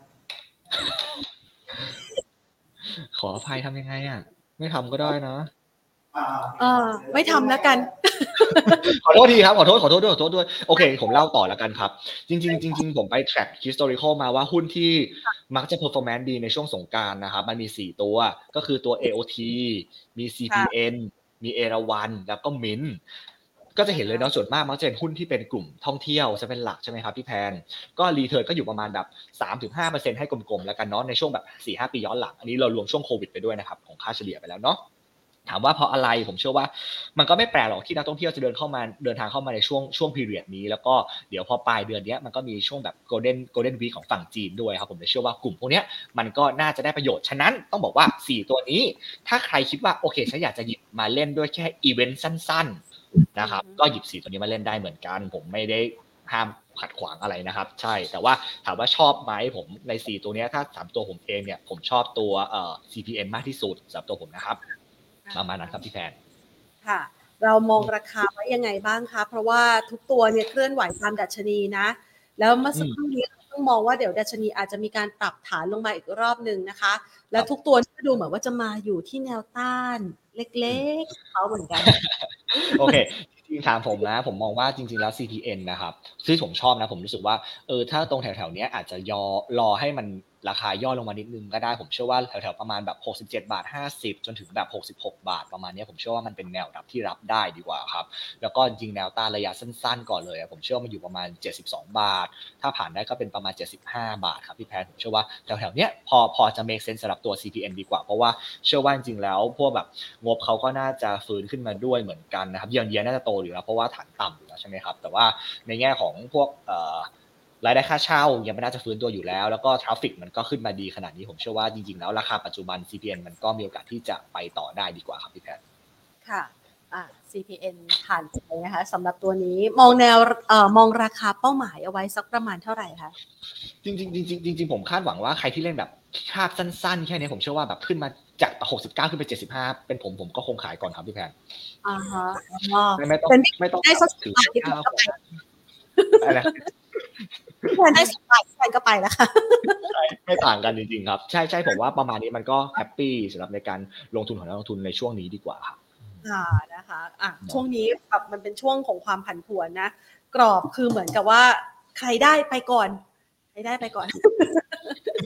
ขออภัยทำยังไงอ่ะไม่ทำก็ได้นะเออไม่ทำแล้วกันขอโทษทีครับขอโทษขอโทษด้วยขอโทษด้วยโอเคผมเล่าต่อแล้วกันครับจริงๆจริงๆผมไป track historical มาว่าหุ้นที่มักจะ performance ดีในช่วงสงกรานต์นะครับมันมีสี่ตัวก็คือตัว เอ โอ ที มี ซี พี เอ็น มีเอราวัณแล้วก็มิ้นก็จะเห็นเลยเนาะส่วนมากมักจะเป็นหุ้นที่เป็นกลุ่มท่องเที่ยวจะเป็นหลักใช่ไหมครับพี่แพนก็รีเทิร์นก็อยู่ประมาณแบบ สามถึงห้าเปอร์เซ็นต์ ให้กลมๆแล้วกันเนาะในช่วงแบบ สี่ห้า ปีย้อนหลังอันนี้เรารวมช่วงโควิดไปด้วยนะครับของค่าเฉลี่ยไปแล้วเนาะถามว่าเพราะอะไรผมเชื่อว่ามันก็ไม่แปลกหรอกที่นักท่องเที่ยวจะเดินเข้ามาเดินทางเข้ามาในช่วงช่วงพีเรียดนี้แล้วก็เดี๋ยวพอปลายเดือนนี้มันก็มีช่วงแบบ golden golden week ของฝั่งจีนด้วยครับผมเลยเชื่อว่ากลุ่มพวกนี้มันก็น่าจะได้ประโยชน์ฉะนั้นต้องบอกว่าสี่ตัวนี้ถ้าใครคิดว่าโอเคฉันอยากจะหยิบมาเล่นด้วยแค่อีเวนต์สั้นๆนะครับก็หยิบสี่ตัวนี้มาเล่นได้เหมือนกันผมไม่ได้ห้ามขัดขวางอะไรนะครับใช่แต่ว่าถามว่าชอบไหมผมในสี่ตัวนี้ถ้าสามตัวผมเองเนี่ยผมชอบตัวเอ่อ ซี พี เอ็น มากที่สุดสำหรับตัวผมนะครับประมาณนั้นครับพี่แพนค่ะเรามองราคาไว้ยังไงบ้างคะเพราะว่าทุกตัวเนี่ยเคลื่อนไหวตามดัชนีนะแล้วเมื่อสักครู่นี้ต้องมองว่าเดี๋ยวดัชนีอาจจะมีการปรับฐานลงมาอีกรอบนึงนะคะแล้วทุกตัวก็ดูเหมือนว่าจะมาอยู่ที่แนวต้านเล็กๆเขาเหมือนกันโอเคจริงๆถามผมนะผมมองว่าจริงๆแล้ว ซี พี เอ็น นะครับที่ผมชอบนะผมรู้สึกว่าเออถ้าตรงแถวๆนี้อาจจะย่อรอให้มันราคาย่อลงมานิดนึงก็ได้ผมเชื่อว่าแถวๆประมาณแบบหกสิบเจ็ดบาทห้าสิบจนถึงแบบหกสิบหกบาทประมาณนี้ผมเชื่อว่ามันเป็นแนวรับที่รับได้ดีกว่าครับแล้วก็จริงๆแนวต้านระยะสั้นๆก่อนเลยผมเชื่อว่ามันอยู่ประมาณเจ็ดสิบสองบาทถ้าผ่านได้ก็เป็นประมาณเจ็ดสิบห้าบาทครับพี่แพนผมเชื่อว่าแถวๆเนี้ยพอพอจะ make sense สำหรับตัว ซี พี เอ็น ดีกว่าเพราะว่าเชื่อว่าจริงๆแล้วพวกแบบงบเขาก็น่าจะฟื้นขึ้นมาด้วยเหมือนกันนะครับเยียร์เยียร์น่าจะโตอยู่แล้วเพราะว่าฐานต่ำอยู่แล้วใช่ไหมครับแต่ว่าในแง่ของพวกเอ่อรายได้ค่าเช่ายังไม่น่าจะฟื้นตัวอยู่แล้วแล้วก็ทราฟฟิกมันก็ขึ้นมาดีขนาดนี้ผมเชื่อว่าจริงๆแล้วราคาปัจจุบัน ซี พี เอ็น มันก็มีโอกาสที่จะไปต่อได้ดีกว่าครับพี่แพทย์ค่ะอ่า ซี พี เอ็น ผ่านใจนะคะสำหรับตัวนี้มองแนวเอ่อมองราคาเป้าหมายเอาไว้สักประมาณเท่าไหร่คะจริงๆจริงๆจริงๆผมคาดหวังว่าใครที่เล่นแบบคาบสั้นๆแค่นี้ผมเชื่อว่าแบบขึ้นมาจากหกสิบเก้าขึ้นไปเจ็ดสิบห้าเป็นผมผมก็คงขายก่อนครับพี่แพนอ่าฮะไม่ต้องไม่ต้องได้สักสิบบาทที่ก็ไปอะไรแทนได้สิบบาทแทนก็ไปแล้วค่ะใช่ไม่ต่างกันจริงๆครับใช่ใช่ผมว่าประมาณนี้มันก็แฮปปี้สำหรับในการลงทุนของนักลงทุนในช่วงนี้ดีกว่าครับอ่านะคะอ่ะช่วงนี้แบบมันเป็นช่วงของความผันผวนนะกรอบคือเหมือนกับว่าใครได้ไปก่อนใครได้ไปก่อน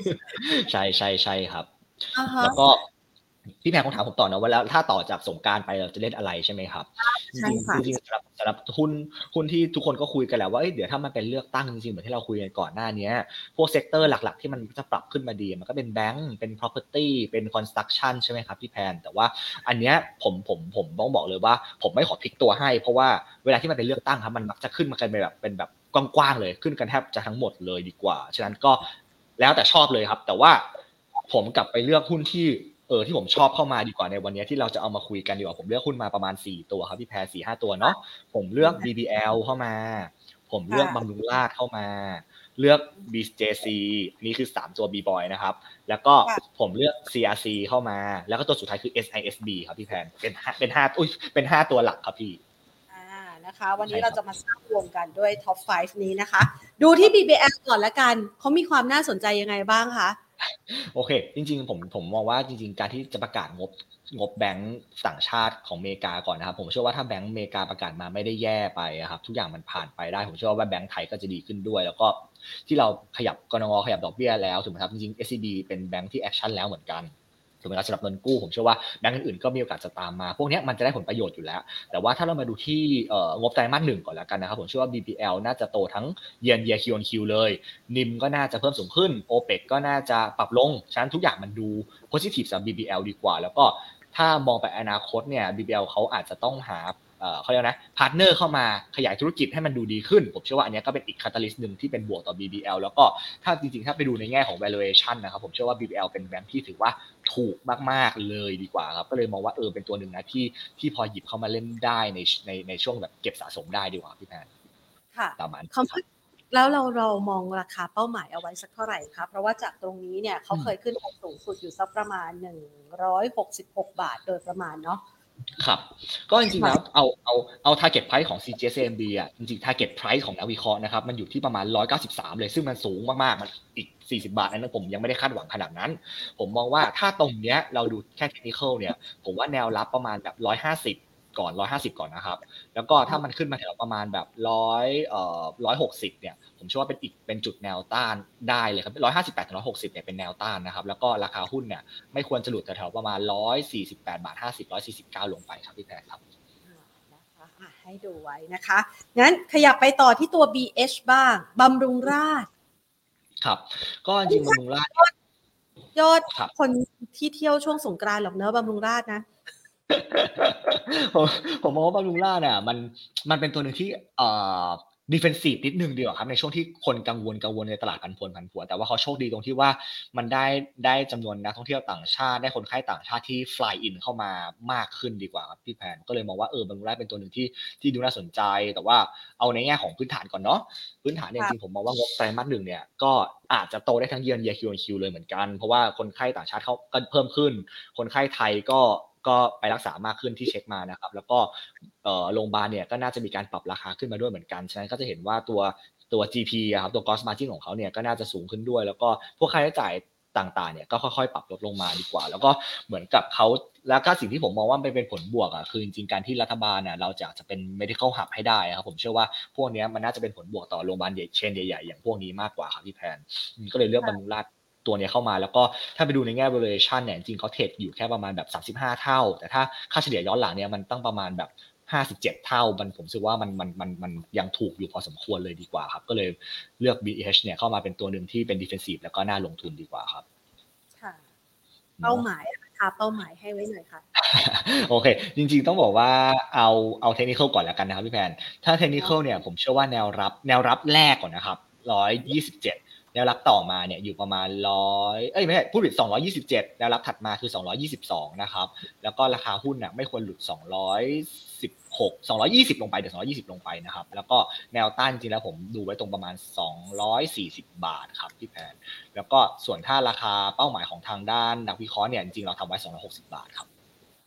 ใช่ใช่ใช่ครับอ่าฮะแล้วก็พี่แพรคงถามผมต่อนะว่าแล้วถ้าต่อจากสงกรานต์ไปเราจะเล่นอะไรใช่ไหมครับจใช่ริงๆจค่ะริงๆสำหรับสำหรับหุ้นหุ้นที่ทุกคนก็คุยกันแหละว่าเอ้ยเดี๋ยวถ้ามันเป็นเลือกตั้งจริงๆเหมือนที่เราคุยกันก่อนหน้านี้พวกเซกเตอร์หลักๆที่มันจะปรับขึ้นมาดีมันก็เป็นแบงก์เป็น property เป็น construction ใช่ไหมครับพี่แพรแต่ว่าอันเนี้ยผมผมผมต้องบอกเลยว่าผมไม่ขอพลิกตัวให้เพราะว่าเวลาที่มันเป็นเลือกตั้งครับมันมักจะขึ้นมากันเป็นแบบเป็นแบบกว้างๆเลยขึ้นกันแทบจะทั้งหมดเลยดีกว่าฉะนั้นก็แล้วแต่ชอบเลยครับแต่ว่าผมกลับไปเลือกหุ้นที่เออที่ผมชอบเข้ามาดีกว่าในวันนี้ที่เราจะเอามาคุยกันดีกว่าผมเลือกหุ้นมาประมาณสี่ตัวครับพี่แพร สี่ห้าตัวเนาะผมเลือก บี บี แอล เข้ามาผมเลือกค่ะบำรุงราษฎร์เข้ามาเลือก บี เจ ซี นี่คือสามตัว B-Boy นะครับแล้วก็ค่ะผมเลือก ซี อาร์ ซี เข้ามาแล้วก็ตัวสุดท้ายคือ เอส ไอ เอส บี ครับพี่แพรเป็นห้าเป็นห้าอุ้ยเป็นห้าตัวหลักครับพี่อ่านะคะวันนี้ใช่ครับเราจะมาสร้างวงกันด้วยท็อปห้านี้นะคะดูที่ บี บี แอล ก่อนละกันเขามีความน่าสนใจยังไงบ้างคะโอเคจริงๆผมผมมองว่าจริงๆการที่จะประกาศงบงบแบงก์ต่างชาติของอเมริกาก่อนนะครับผมเชื่อว่าถ้าแบงก์อเมริกาประกาศมาไม่ได้แย่ไปครับทุกอย่างมันผ่านไปได้ผมเชื่อว่าแบงก์ไทยก็จะดีขึ้นด้วยแล้วก็ที่เราขยับกนงขยับดอกเบี้ยแล้วถูกไหมครับจริงๆ เอส ซี บี เป็นแบงก์ที่แอคชั่นแล้วเหมือนกันถูกไหมครับสำหรับเงินกู้ผมเชื่อว่าแบงก์อื่นๆก็มีโอกาสจะตามมาพวกนี้มันจะได้ผลประโยชน์อยู่แล้วแต่ว่าถ้าเรามาดูที่งบไตรมาสหนึ่งก่อนแล้วกันนะครับผมเชื่อว่า บี พี แอล น่าจะโตทั้ง year year Q on Q เลยนิมก็น่าจะเพิ่มสูงขึ้น โอ เปก ก็น่าจะปรับลงฉะนั้นทุกอย่างมันดู positive สำหรับ บี บี แอล ดีกว่าแล้วก็ถ้ามองไปอนาคตเนี่ย บี บี แอล เขาอาจจะต้องหาเขาเรียกนะพาร์ทเนอร์เข้ามาขยายธุรกิจให้มันดูดีขึ้นผมเชื่อว่าอันนี้ก็เป็นอีก catalyst นึงที่เป็นบวกต่อ บี บี แอล แล้วก็ถ้าจริงๆถ้าไปดูในแง่ของ valuation นะครับผมเชื่อว่า บี บี แอล เป็นแบงค์ที่ถือว่าถูกมากๆเลยดีกว่าครับก็เลยมองว่าเออเป็นตัวหนึ่งนะที่ที่พอหยิบเข้ามาเล่นได้ในในในช่วงแบบเก็บสะสมได้ดีกว่าพี่แพนค่ะประมาณเขาแล้วเราเรามองราคาเป้าหมายเอาไว้สักเท่าไหร่คะเพราะว่าจากตรงนี้เนี่ยเขาเคยขึ้นไปสูงสุดอยู่สักประมาณหนึ่งร้อยหกสิบหกบาทโดยประมาณเนาะครับก็จริงๆแล้วเอาเอาเอา target price ของ ซี จี เอส เอ็ม บี อ่ะจริงๆ target price ของนักวิเคราะห์นะครับมันอยู่ที่ประมาณหนึ่งร้อยเก้าสิบสามเลยซึ่งมันสูงมากๆมันอีกสี่สิบบาทนั้นผมยังไม่ได้คาดหวังขนาดนั้นผมมองว่าถ้าตรงเนี้ยเราดูแค่ technical เนี่ยผมว่าแนวรับประมาณแบบหนึ่งร้อยห้าสิบก่อนหนึ่งร้อยห้าสิบก่อนนะครับแล้วก็ถ้ามันขึ้นมาแถวประมาณแบบหนึ่งร้อยเอ่อหนึ่งร้อยหกสิบเนี่ยผมเชื่อว่าเป็นอีกเป็นจุดแนวต้านได้เลยครับหนึ่งร้อยห้าสิบแปดถึงหนึ่งร้อยหกสิบเนี่ยเป็นแนวต้านนะครับแล้วก็ราคาหุ้นเนี่ยไม่ควรจะหลุดแถวๆประมาณหนึ่งร้อยสี่สิบแปดบาทห้าสิบ หนึ่งร้อยสี่สิบเก้าลงไปครับพี่แพรครับนะคะให้ดูไว้นะคะงั้นขยับไปต่อที่ตัว บี เอช บ้างบำรุงราษฎร์ครับก็จริงบำรุงราษฎร์ยอดคนที่เที่ยวช่วงสงกรานต์หรอกเนอะบำรุงราษฎร์นะผมผมมองว่าบำรุงราษฎร์เนี่ยมันมันเป็นตัวหนึ่งที่เอ่อ defensive นิดนึงดีกว่าครับในช่วงที่คนกังวลกังวลในตลาดผันผวนผันผวนแต่ว่าเขาโชคดีตรงที่ว่ามันได้ได้จำนวนนักท่องเที่ยวต่างชาติได้คนไข้ต่างชาติที่ fly in เข้ามามากขึ้นดีกว่าครับพี่แพนก็เลยมองว่าเออบำรุงราษฎร์เป็นตัวหนึ่งที่ที่ดูน่าสนใจแต่ว่าเอาในแง่ของพื้นฐานก่อนเนาะพื้นฐานเนี่ยจริงๆผมมองว่างบไตรมาสหนึ่งเนี่ยก็อาจจะโตได้ทั้ง year year Q on Q เลยเหมือนกันเพราะว่าคนไข้ต่างชาติเขาก็เพิ่มขึ้นคนไข้ไทยก็ก็ไปรักษามากขึ้นที่เช็คมานะครับแล้วก็โรงพยาบาลเนี่ยก็น่าจะมีการปรับราคาขึ้นมาด้วยเหมือนกันฉะนั้นก็จะเห็นว่าตัวตัว จี พี อะครับตัว gross margin ของเขาเนี่ยก็น่าจะสูงขึ้นด้วยแล้วก็พวกค่าใช้จ่ายต่างๆเนี่ยก็ค่อยๆปรับลดลงมาดีกว่าแล้วก็เหมือนกับเขาแล้วก็สิ่งที่ผมมองว่ามันเป็นผลบวกอ่ะคือจริงๆการที่รัฐบาลน่ะเราจะจะเป็น medical hub ให้ได้ครับผมเชื่อว่าพวกนี้มันน่าจะเป็นผลบวกต่อโรงพยาบาลใหญ่เชนใหญ่ๆอย่างพวกนี้มากกว่าครับพี่แพนก็เลยเลือกบำรุงราษฎร์ตัวนี้เข้ามาแล้วก็ถ้าไปดูในแง่ valuation เนี่ยจริงๆเขาเทรดอยู่แค่ประมาณแบบสามสิบห้าเท่าแต่ถ้าค่าเฉลี่ยย้อนหลังเนี่ยมันตั้งประมาณแบบห้าสิบเจ็ดเท่ามันผมรู้สึกว่ามันมันมันมันยังถูกอยู่พอสมควรเลยดีกว่าครับก็เลยเลือก บี เอช เนี่ยเข้ามาเป็นตัวนึงที่เป็น defensive แล้วก็น่าลงทุนดีกว่าครับค่ะเป้าหมายนะคะเป้าหมายให้ไว้หน่อยค่ะโอเคจริงๆต้องบอกว่าเอาเอาเทคนิคก่อนแล้วกันนะครับพี่แพนถ้าเทคนิคเนี่ยผมเชื่อว่าแนวรับแนวรับแรกก่อนนะครับหนึ่งร้อยยี่สิบเจ็ดแนวรับต่อมาเนี่ยอยู่ประมาณหนึ่งร้อยเอ้ยไม่ใช่พูดผิดสองร้อยยี่สิบเจ็ดแนวรับถัดมาคือสองร้อยยี่สิบสองนะครับแล้วก็ราคาหุ้นน่ะไม่ควรหลุดสองร้อยสิบหก สองร้อยยี่สิบลงไปเดี๋ยวสองร้อยยี่สิบลงไปนะครับแล้วก็แนวต้านจริงๆแล้วผมดูไว้ตรงประมาณสองร้อยสี่สิบบาทครับพี่แพนแล้วก็ส่วนถ้าราคาเป้าหมายของทางด้านนักวิเคราะห์เนี่ยจริงๆเราทำไว้สองร้อยหกสิบบาทครับ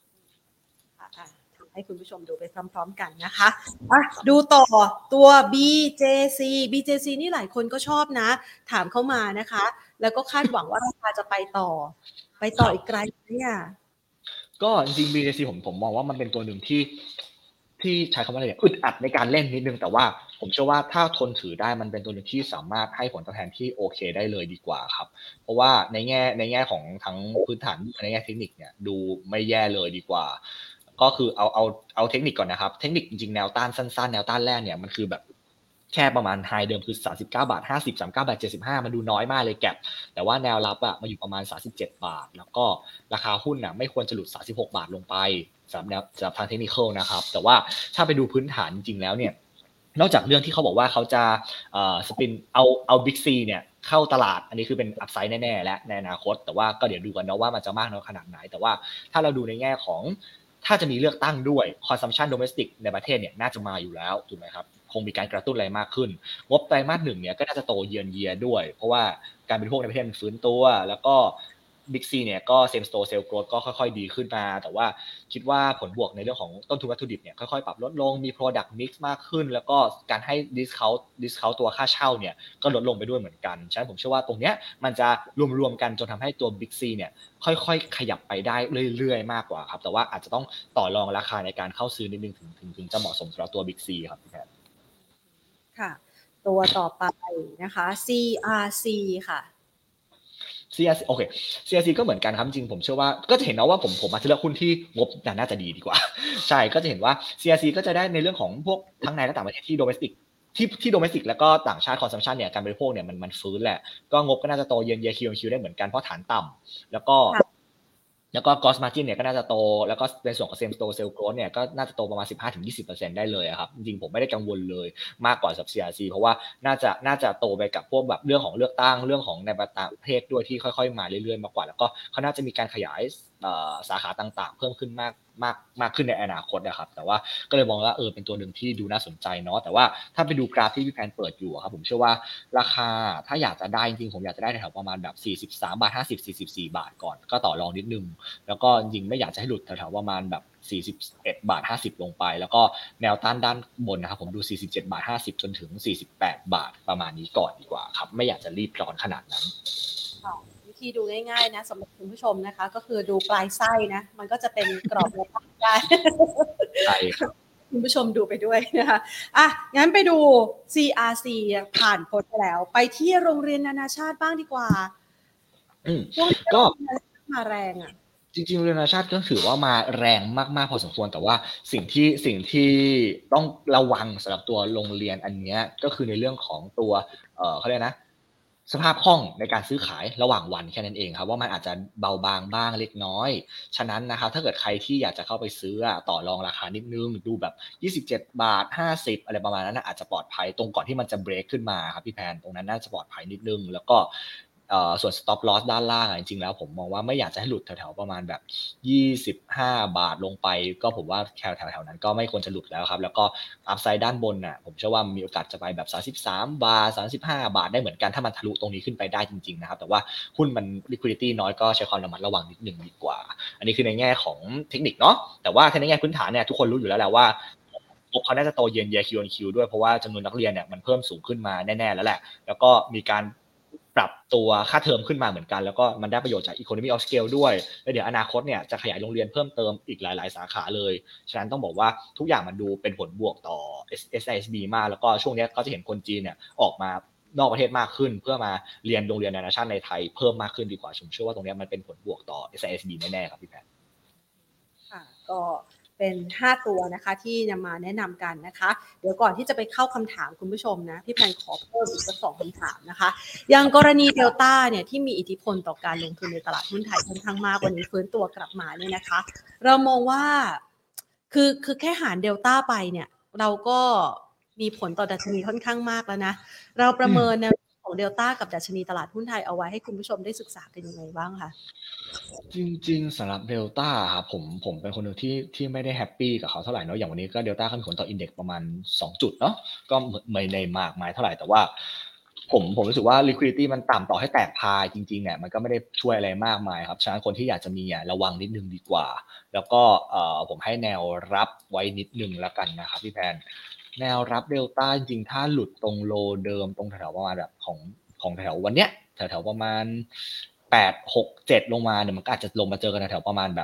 ให้คุณผู้ชมดูไปพร้อมๆกันนะคะอ่ะดูต่อตัว บี เจ ซี บี เจ ซี นี่หลายคนก็ชอบนะถามเข้ามานะคะแล้วก็คาดหวังว่าราคาจะไปต่อไปต่ออีกไกลเนี่ยก็จริงๆ บี เจ ซี ผมผมมองว่ามันเป็นตัวหนึ่งที่ที่ใช้คำว่าอะไรเนี่ยอึดอัดในการเล่นนิดนึงแต่ว่าผมเชื่อว่าถ้าทนถือได้มันเป็นตัวหนึ่งที่สามารถให้ผลตอบแทนที่โอเคได้เลยดีกว่าครับเพราะว่าในแง่ในแง่ของทั้งพื้นฐานในแง่เทคนิคเนี่ยดูไม่แย่เลยดีกว่าก็คือเอาเอาเอาเทคนิคก่อนนะครับเทคนิคจริงๆแนวต้านสั้นๆแนวต้านแรกเนี่ยมันคือแบบแค่ประมาณไฮเดิมคือสามสิบเก้าบาทห้าสิบ สามสิบเก้าบาทเจ็ดสิบห้ามันดูน้อยมากเลยแก็ปแต่ว่าแนวรับอ่ะมาอยู่ประมาณสามสิบเจ็ดบาทแล้วก็ราคาหุ้นน่ะไม่ควรจะหลุดสามสิบหกบาทลงไปสำหรับแนวสำหรับทางเทคนิคนะครับแต่ว่าถ้าไปดูพื้นฐานจริงๆแล้วเนี่ยนอกจากเรื่องที่เขาบอกว่าเขาจะเอ่อสปินเอาเอา Big C เนี่ยเข้าตลาดอันนี้คือเป็นอัพไซด์แน่ๆและในอนาคตแต่ว่าก็เดี๋ยวดูกันเนาะว่ามันจะมากน้อยขนาดไหนแต่ว่าถ้าเราดูในแง่ของถ้าจะมีเลือกตั้งด้วย consumption domestic ในประเทศเนี่ยน่าจะมาอยู่แล้วถูกไหมครับคงมีการกระตุ้นอะไรมากขึ้นงบไตรมาสหนึ่งเนี่ยก็น่าจะโตเยือนเยียด้วยเพราะว่าการบริโภคในประเทศมันฟื้นตัวแล้วก็Big C เนี่ยก็ Same Store Sales Growth ก็ค่อยๆดีขึ้นมาแต่ว่าคิดว่าผลบวกในเรื่องของต้นทุนวัตถุดิบเนี่ยค่อยๆปรับลดลงมี Product Mix มากขึ้นแล้วก็การให้ Discount Discount ตัวค่าเช่าเนี่ยก็ลดลงไปด้วยเหมือนกันฉะนั้นผมเชื่อว่าตรงเนี้ยมันจะรวมๆกันจนทำให้ตัว Big C เนี่ยค่อยๆขยับไปได้เรื่อยๆมากกว่าครับแต่ว่าอาจจะต้องต่อรองราคาในการเข้าซื้อนิดนึงถึงถึงถึงจะเหมาะสมสำหรับตัว Big C ครับพี่แพทย์ค่ะตัวต่อไปนะคะ ซี อาร์ ซี ค่ะซี อาร์ ซี โอเค ซี อาร์ ซี ก็เหมือนกันครับจริงผมเชื่อว่าก็จะเห็นนะว่าผมผมอาจจะเลือกหุ้นที่งบน่าจะดีดีกว่าใช่ก็จะเห็นว่า ซี อาร์ ซี ก็จะได้ในเรื่องของพวกทั้งในและต่างประเทศที่ domestic ที่ที่ domestic แล้วก็ต่างชาติ consumption เนี่ยการบริโภคเนี่ยมันมันฟื้นแหละก็งบก็น่าจะโตเยือนเยีย Q on Q ได้เหมือนกันเพราะฐานต่ำแล้วก็แล้วก็ gross margin เนี่ยก็น่าจะโตแล้วก็ในส่วนของ same store sales growth เนี่ยก็น่าจะโตประมาณ สิบห้าถึงยี่สิบเปอร์เซ็นต์ ได้เลยครับจริงๆผมไม่ได้กังวลเลยมากกว่ากับ ซี อาร์ ซี เพราะว่าน่าจะน่าจะโตไปกับพวกแบบเรื่องของเลือกตั้งเรื่องของในต่างประเทศด้วยที่ค่อยๆมาเรื่อยๆมากกว่าแล้วก็เขาน่าจะมีการขยายสาขาต่างๆเพิ่มขึ้นมากมากมากขึ้นในอนาคตนะครับแต่ว่าก็เลยมองว่าเออเป็นตัวหนึ่งที่ดูน่าสนใจเนาะแต่ว่าถ้าไปดูกราฟที่พี่แพนเปิดอยู่ครับผมเชื่อว่าราคาถ้าอยากจะได้จริงๆผมอยากจะได้แถวประมาณแบบสี่สิบสามบาทห้าสิบ สี่สิบสี่บาทก่อนก็ต่อรองนิดนึงแล้วก็จริงไม่อยากจะให้หลุดแถวๆประมาณแบบสี่สิบเอ็ดบาทห้าสิบลงไปแล้วก็แนวต้านด้านบนนะครับผมดูสี่สิบเจ็ดบาทห้าสิบจนถึงสี่สิบแปดบาทประมาณนี้ก่อนดีกว่าครับไม่อยากจะรีบร้อนขนาดนั้นวิธีดูง่ายๆนะสำหรับคุณผู้ชมนะคะก็คือดูปลายไส้นะมันก็จะเป็นกรอบแนวตั้งได้ใช่ครับคุณผู้ชมดูไปด้วยนะคะอ่ะงั้นไปดู ซี อาร์ ซี ผ่านพ้นไปแล้วไปที่โรงเรียนนานาชาติบ้างดีกว่าอืมก็มาแรงอ่ะจริงๆเรียนนานาชาติก็ถือว่ามาแรงมากๆพอสมควรแต่ว่าสิ่งที่สิ่งที่ต้องระวังสำหรับตัวโรงเรียนอันนี้ก็คือในเรื่องของตัวเอ่อเขาเรียกนะสภาพคล่องในการซื้อขายระหว่างวันแค่นั้นเองครับว่ามันอาจจะเบาบางบ้างเล็กน้อยฉะนั้นนะครับถ้าเกิดใครที่อยากจะเข้าไปซื้อต่อรองราคานิดนึงดูแบบยี่สิบเจ็ดบาทห้าสิบอะไรประมาณนั้นอาจจะปลอดภัยตรงก่อนที่มันจะเบรกขึ้นมาครับพี่แพนตรงนั้นน่าจะปลอดภัยนิดนึงแล้วก็ส่วน stop loss ด้านล่างจริงๆแล้วผมมองว่าไม่อยากจะให้หลุดแถวๆประมาณแบบยี่สิบห้าบาทลงไปก็ผมว่าแถวๆนั้นก็ไม่ควรจะหลุดแล้วครับแล้วก็ upside ด้านบนน่ะผมเชื่อว่ามีโอกาสจะไปแบบสามสิบสามบาทสามสิบห้าบาทได้เหมือนกันถ้ามันทะลุตรงนี้ขึ้นไปได้จริงๆนะครับแต่ว่าหุ้นมัน liquidity น้อยก็ใช้ความระมัดระวังนิดนึงดีกว่าอันนี้คือในแง่ของเทคนิคเนาะแต่ว่าในแง่พื้นฐานเนี่ยทุกคนรู้อยู่แล้วแหละว่าเขาน่าจะโตเยือนเยีย Q on Q ด้วยเพราะว่าจำนวนนักเรียนเนี่ยมันเพิ่มสูงขึ้นมาแน่ๆแล้วแหละแล้วก็มีการปรับตัวค่าเทอมขึ้นมาเหมือนกันแล้วก็มันได้ประโยชน์จาก economy of scale ด้วยแล้วเดี๋ยวอนาคตเนี่ยจะขยายโรงเรียนเพิ่มเติมอีกหลายๆสาขาเลยฉะนั้นต้องบอกว่าทุกอย่างมันดูเป็นผลบวกต่อ เอส ไอ เอส บี มากแล้วก็ช่วงนี้ก็จะเห็นคนจีนเนี่ยออกมานอกประเทศมากขึ้นเพื่อมาเรียนโรงเรียนนานาชาติในไทยเพิ่มมากขึ้นดีกว่าผมเชื่อว่าตรงนี้มันเป็นผลบวกต่อ เอส ไอ เอส บี แน่ๆครับพี่แพทย์ค่ะก็เป็นห้าตัวนะคะที่นำมาแนะนำกันนะคะเดี๋ยวก่อนที่จะไปเข้าคำถามคุณผู้ชมนะพี่แพนขอเพิ่มอีกสักสองคำถามนะคะอย่างกรณีเดลต้าเนี่ยที่มีอิทธิพลต่อการลงทุนในตลาดหุ้นไทยค่อนข้างมากวันนี้ฟื้นตัวกลับมาเนี่ยนะคะเรามองว่าคือคือแค่หารเดลต้าไปเนี่ยเราก็มีผลต่อดัชนีค่อนข้างมากแล้วนะเราประเมินแนวของเดลต้ากับดัชนีตลาดหุ้นไทยเอาไว้ให้คุณผู้ชมได้ศึกษากันยังไงบ้างคะจริงๆสำหรับเดลต้าครับผมผมเป็นคนหนึ่งที่ที่ไม่ได้แฮปปี้กับเขาเท่าไหร่เนาะอย่างวันนี้ก็เดลต้าขึ้นผลต่ออินเด็กซ์ประมาณสองจุดเนาะก็ไม่ได้มากมายเท่าไหร่แต่ว่าผมผมรู้สึกว่า liquidity มันต่ำต่อให้แตกพายจริงๆเนี่ยมันก็ไม่ได้ช่วยอะไรมากมายครับฉะนั้นคนที่อยากจะมีอ่ะระวังนิดนึงดีกว่าแล้วก็เอ่อผมให้แนวรับไว้นิดนึงแล้วกันนะครับพี่แพนแนวรับเดลต้าจริงๆถ้าหลุดตรงโลเดิมตรงแถวๆประมาณแบบของของแถววันเนี้ยแถวๆประมาณแปด หก เจ็ดลงมาเนี่ยมันก็อาจจะลงมาเจอกันแถวๆประมาณแบบ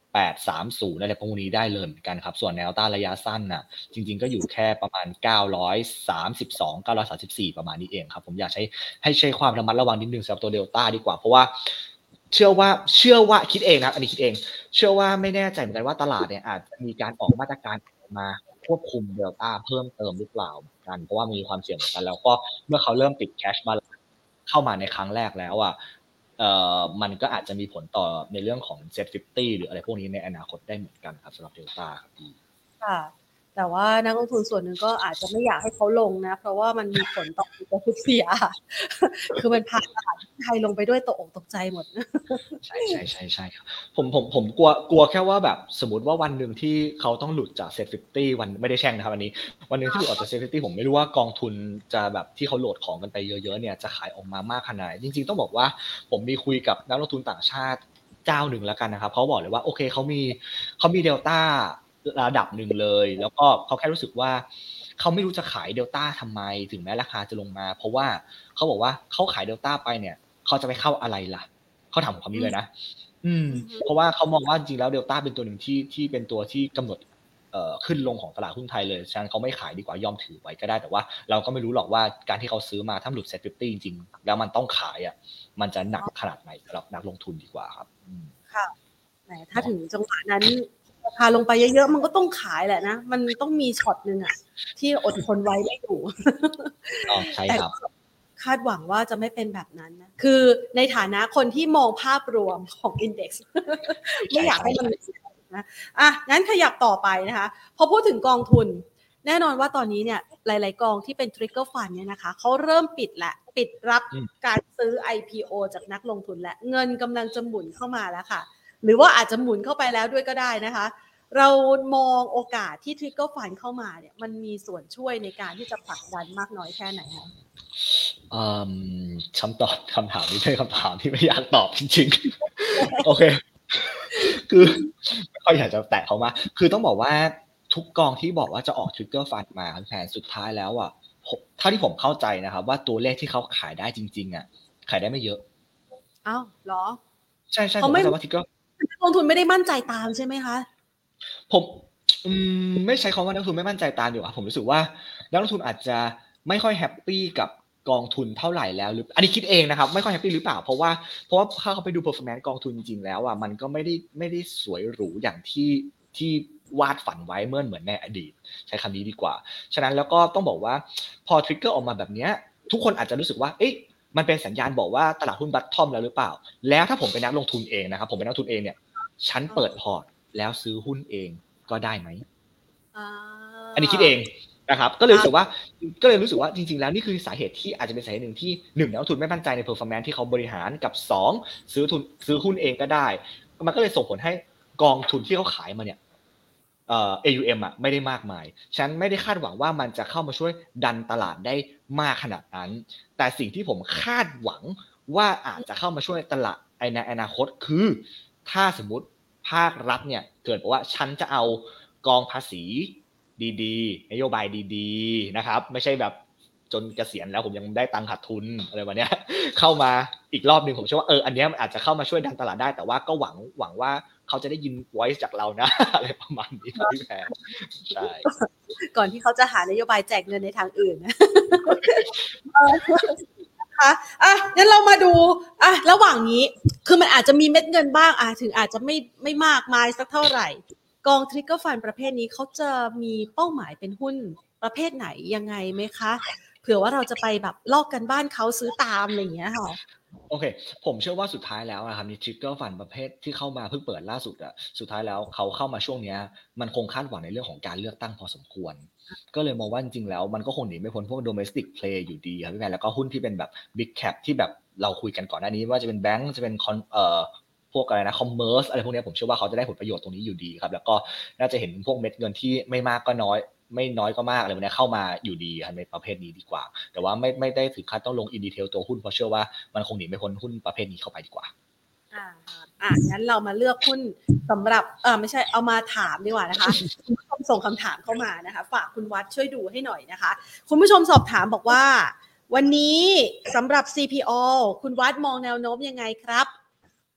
แปดสามศูนย์อะไรพวกนี้ได้เลยเหมือนกันครับส่วนแนวต้านระยะสั้นน่ะจริงๆก็อยู่แค่ประมาณเก้าร้อยสามสิบสอง เก้าร้อยสามสิบสี่ประมาณนี้เองครับผมอยากใช้ให้ใช้ความระมัดระวังนิดนึงสำหรับตัวเดลต้าดีกว่าเพราะว่าเชื่อว่าเชื่อว่าคิดเองนะครับอันนี้คิดเองเชื่อว่าไม่แน่ใจเหมือนกันว่าตลาดเนี่ยอาจจะมีการออกมาตรการมาควบคุมเดลต้าเพิ่มเติมหรือเปล่ากันเพราะว่ามีความเสี่ยงเหมือนกันแล้วก็เมื่อเขาเริ่มติดแคชมาเข้ามาในครั้งแรกแล้วอ่ะเอ่อมันก็อาจจะมีผลต่อในเรื่องของ เซ็ต ห้าสิบ หรืออะไรพวกนี้ในอนาคตได้เหมือนกันครับสำหรับเดลต้าครับพี่ค่ะแต่ว่านักลงทุนส่วนหนึ่งก็อาจจะไม่อยากให้เขาลงนะเพราะว่ามันมีผลต่อตัวทุกเสียคือมันพาตลาดไทยลงไปด้วยตกอกตกใจหมดใช่ใช่ใช่ใช่ครับผมผมผมกลัวกลัวแค่ว่าแบบสมมติว่าวันหนึ่งที่เขาต้องหลุดจากเซ็ตห้าสิบวันไม่ได้แช่งนะครับอันนี้วันหนึ่งที่หลุดออกจากเซ็ตห้าสิบผมไม่รู้ว่ากองทุนจะแบบที่เขาโหลดของกันไปเยอะๆเนี่ยจะขายออกมามากขนาดไหนจริงๆต้องบอกว่าผมมีคุยกับนักลงทุนต่างชาติเจ้าหนึ่งแล้วกันนะครับเขาบอกเลยว่าโอเคเขามีเขามีเดลต้าระดับหนึ่งเลยแล้วก็เขาแค่รู้สึกว่าเขาไม่รู้จะขายเดลต้าทำไมถึงแม้ราคาจะลงมาเพราะว่าเขาบอกว่าเขาขายเดลต้าไปเนี่ยเขาจะไปเข้าอะไรล่ะเขาถามผมคำนี้เลยนะอืมเพราะว่าเขามองว่าจริงแล้วเดลต้าเป็นตัวหนึ่งที่ที่เป็นตัวที่กำหนดเอ่อขึ้นลงของตลาดหุ้นไทยเลยฉะนั้นเขาไม่ขายดีกว่ายอมถือไว้ก็ได้แต่ว่าเราก็ไม่รู้หรอกว่าการที่เขาซื้อมาถ้าหลุดเซ็ตห้าสิบจริงๆแล้วมันต้องขายอ่ะมันจะหนักขนาดไหนสำหรับนักลงทุนดีกว่าครับค่ะแหมถ้าถึงจังหวะนั้นราคาลงไปเยอะๆมันก็ต้องขายแหละนะมันต้องมีช็อตนึงอ่ะที่อดทนไว้ไม่อยู่อ๋อใช่ครับคาดหวังว่าจะไม่เป็นแบบนั้นนะคือในฐานะคนที่มองภาพรวมของ Index ไม่อยากให้มันนะอ่ะงั้นขยับต่อไปนะคะพอพูดถึงกองทุนแน่นอนว่าตอนนี้เนี่ยหลายๆกองที่เป็น Trigger Fund เนี่ยนะคะเขาเริ่มปิดและปิดรับการซื้อ ไอ พี โอ จากนักลงทุนและเงินกำลังจะหมุนเข้ามาแล้วค่ะหรือว่าอาจจะหมุนเข้าไปแล้วด้วยก็ได้นะคะเรามองโอกาสที่ Trigger Fund เข้ามาเนี่ยมันมีส่วนช่วยในการที่จะผลักดันมากน้อยแค่ไหนคะอืมคำตอบคำถามนี้เป็นคำถามที่ไม่อยากตอบจริงๆโอเคคือไม่ค่อยอยากจะแตะเขามาคือต้องบอกว่าทุกกองที่บอกว่าจะออก Trigger Fund มาแผนสุดท้ายแล้วอ่ะเท่าที่ผมเข้าใจนะครับว่าตัวเลขที่เขาขายได้จริงๆอ่ะขายได้ไม่เยอะอ้าวเหรอใช่ใช่ผมเข้าใจว่า Trigger ลงทุนไม่ได้มั่นใจตามใช่ไหมคะผมอืมไม่ใช้คำว่านักลงทุนไม่มั่นใจตามอยู่ครับผมรู้สึกว่านักลงทุนอาจจะไม่ค่อยแฮปปี้กับกองทุนเท่าไหร่แล้วหรืออันนี้คิดเองนะครับไม่ค่อยแฮปปี้หรือเปล่าเพราะว่าเพราะว่าถ้าเขาไปดู performance กองทุนจริงๆแล้วอ่ะมันก็ไม่ได้ไม่ได้สวยหรูอย่างที่ที่วาดฝันไว้เมื่อเหมือนในอดีตใช้คำนี้ดีกว่าฉะนั้นแล้วก็ต้องบอกว่าพอทริกเกอร์ออกมาแบบนี้ทุกคนอาจจะรู้สึกว่าเอ๊ะมันเป็นสัญญาณบอกว่าตลาดหุ้นบัตทอมแล้วหรือเปล่าแล้วถ้าผมเป็นนักลงทุนเองนะครับผมเป็นนักลงทุนเองเนี่ยฉันเปิดพอร์ตแล้วซื้อหุ้นเองก็ได้ไหมอันนี้คิดเองนะครับก็เลยรู้สึกว่าก็เลยรู้สึกว่าจริงๆแล้วนี่คือสาเหตุที่อาจจะเป็นสาเหตุหนึ่งที่หนึ่งนักลงทุนไม่มั่นใจใน performance ที่เขาบริหารกับสองซื้อทุนซื้อหุ้นเองก็ได้มันก็เลยส่งผลให้กองทุนที่เขาขายมาเนี่ยเอ่อ เอ ยู เอ็ม อ่ะไม่ได้มากมายฉันไม่ได้คาดหวังว่ามันจะเข้ามาช่วยดันตลาดได้มากขนาดนั้นแต่สิ่งที่ผมคาดหวังว่าอาจจะเข้ามาช่วยตลาดในอนาคตคือถ้าสมมุติภาครัฐเนี่ยเกิดบอกว่าฉันจะเอากองภาษีดีๆนโยบายดีๆนะครับไม่ใช่แบบจนเกษียณแล้วผมยังได้ตังค์ขาดทุนอะไรแบบนี้เข้ามาอีกรอบนึงผมเชื่อว่าเอออันนี้อาจจะเข้ามาช่วยดันตลาดได้แต่ว่าก็หวังหวังว่าเขาจะได้ยิน voice จากเรานะอะไรประมาณนี้ครับพี่แพรใช่ก่อนที่เขาจะหานโยบายแจกเงินในทางอื่นนะะอ่ะงั้นเรามาดูอ่ะระหว่างนี้คือมันอาจจะมีเม็ดเงินบ้างอ่ะถึงอาจจะไม่ไม่มากมายสักเท่าไหร่กอง Trigger Fund ประเภทนี้เขาจะมีเป้าหมายเป็นหุ้นประเภทไหนยังไงไหมคะเผื่อว่าเราจะไปแบบลอกกันบ้านเขาซื้อตามอะไรอย่างเงี้ยค่ะโอเคผมเชื่อว่าสุดท้ายแล้วนะครับนี่ Trigger Fund ประเภทที่เข้ามาเพิ่งเปิดล่าสุดอ่ะสุดท้ายแล้วเขาเข้ามาช่วงนี้มันคงคาดหวังในเรื่องของการเลือกตั้งพอสมควรก็เลยมองว่าจริงๆแล้วมันก็คงหนีไม่พ้นพวก domestic play อยู่ดีครับพี่แม่แล้วก็หุ้นที่เป็นแบบ big cap ที่แบบเราคุยกันก่อนหน้านี้ว่าจะเป็นแบงก์จะเป็นเอ่อพวกอะไรนะ commerce อะไรพวกนี้ผมเชื่อว่าเขาจะได้ผลประโยชน์ตรงนี้อยู่ดีครับแล้วก็น่าจะเห็นพวกเม็ดเงินที่ไม่มากก็น้อยไม่น้อยก็มากอะไรพวกนี้เข้ามาอยู่ดีครับในประเภทนี้ดีกว่าแต่ว่าไม่ไม่ได้ถึงขั้นต้องลงอินดีเทลตัวหุ้นเพราะเชื่อว่ามันคงหนีไม่พ้นหุ้นประเภทนี้เข้าไปดีกว่าอ่าอ่างั้นเรามาเลือกหุ้นสำหรับเออไม่ใช่เอามาถามดีกว่านะคะคุณผู้ชมส่งคำถามเข้ามานะคะฝากคุณวัดช่วยดูให้หน่อยนะคะคุณผู้ชมสอบถามบอกว่าวันนี้สำหรับ ซี พี โอ คุณวัดมองแนวโน้มยังไงครับ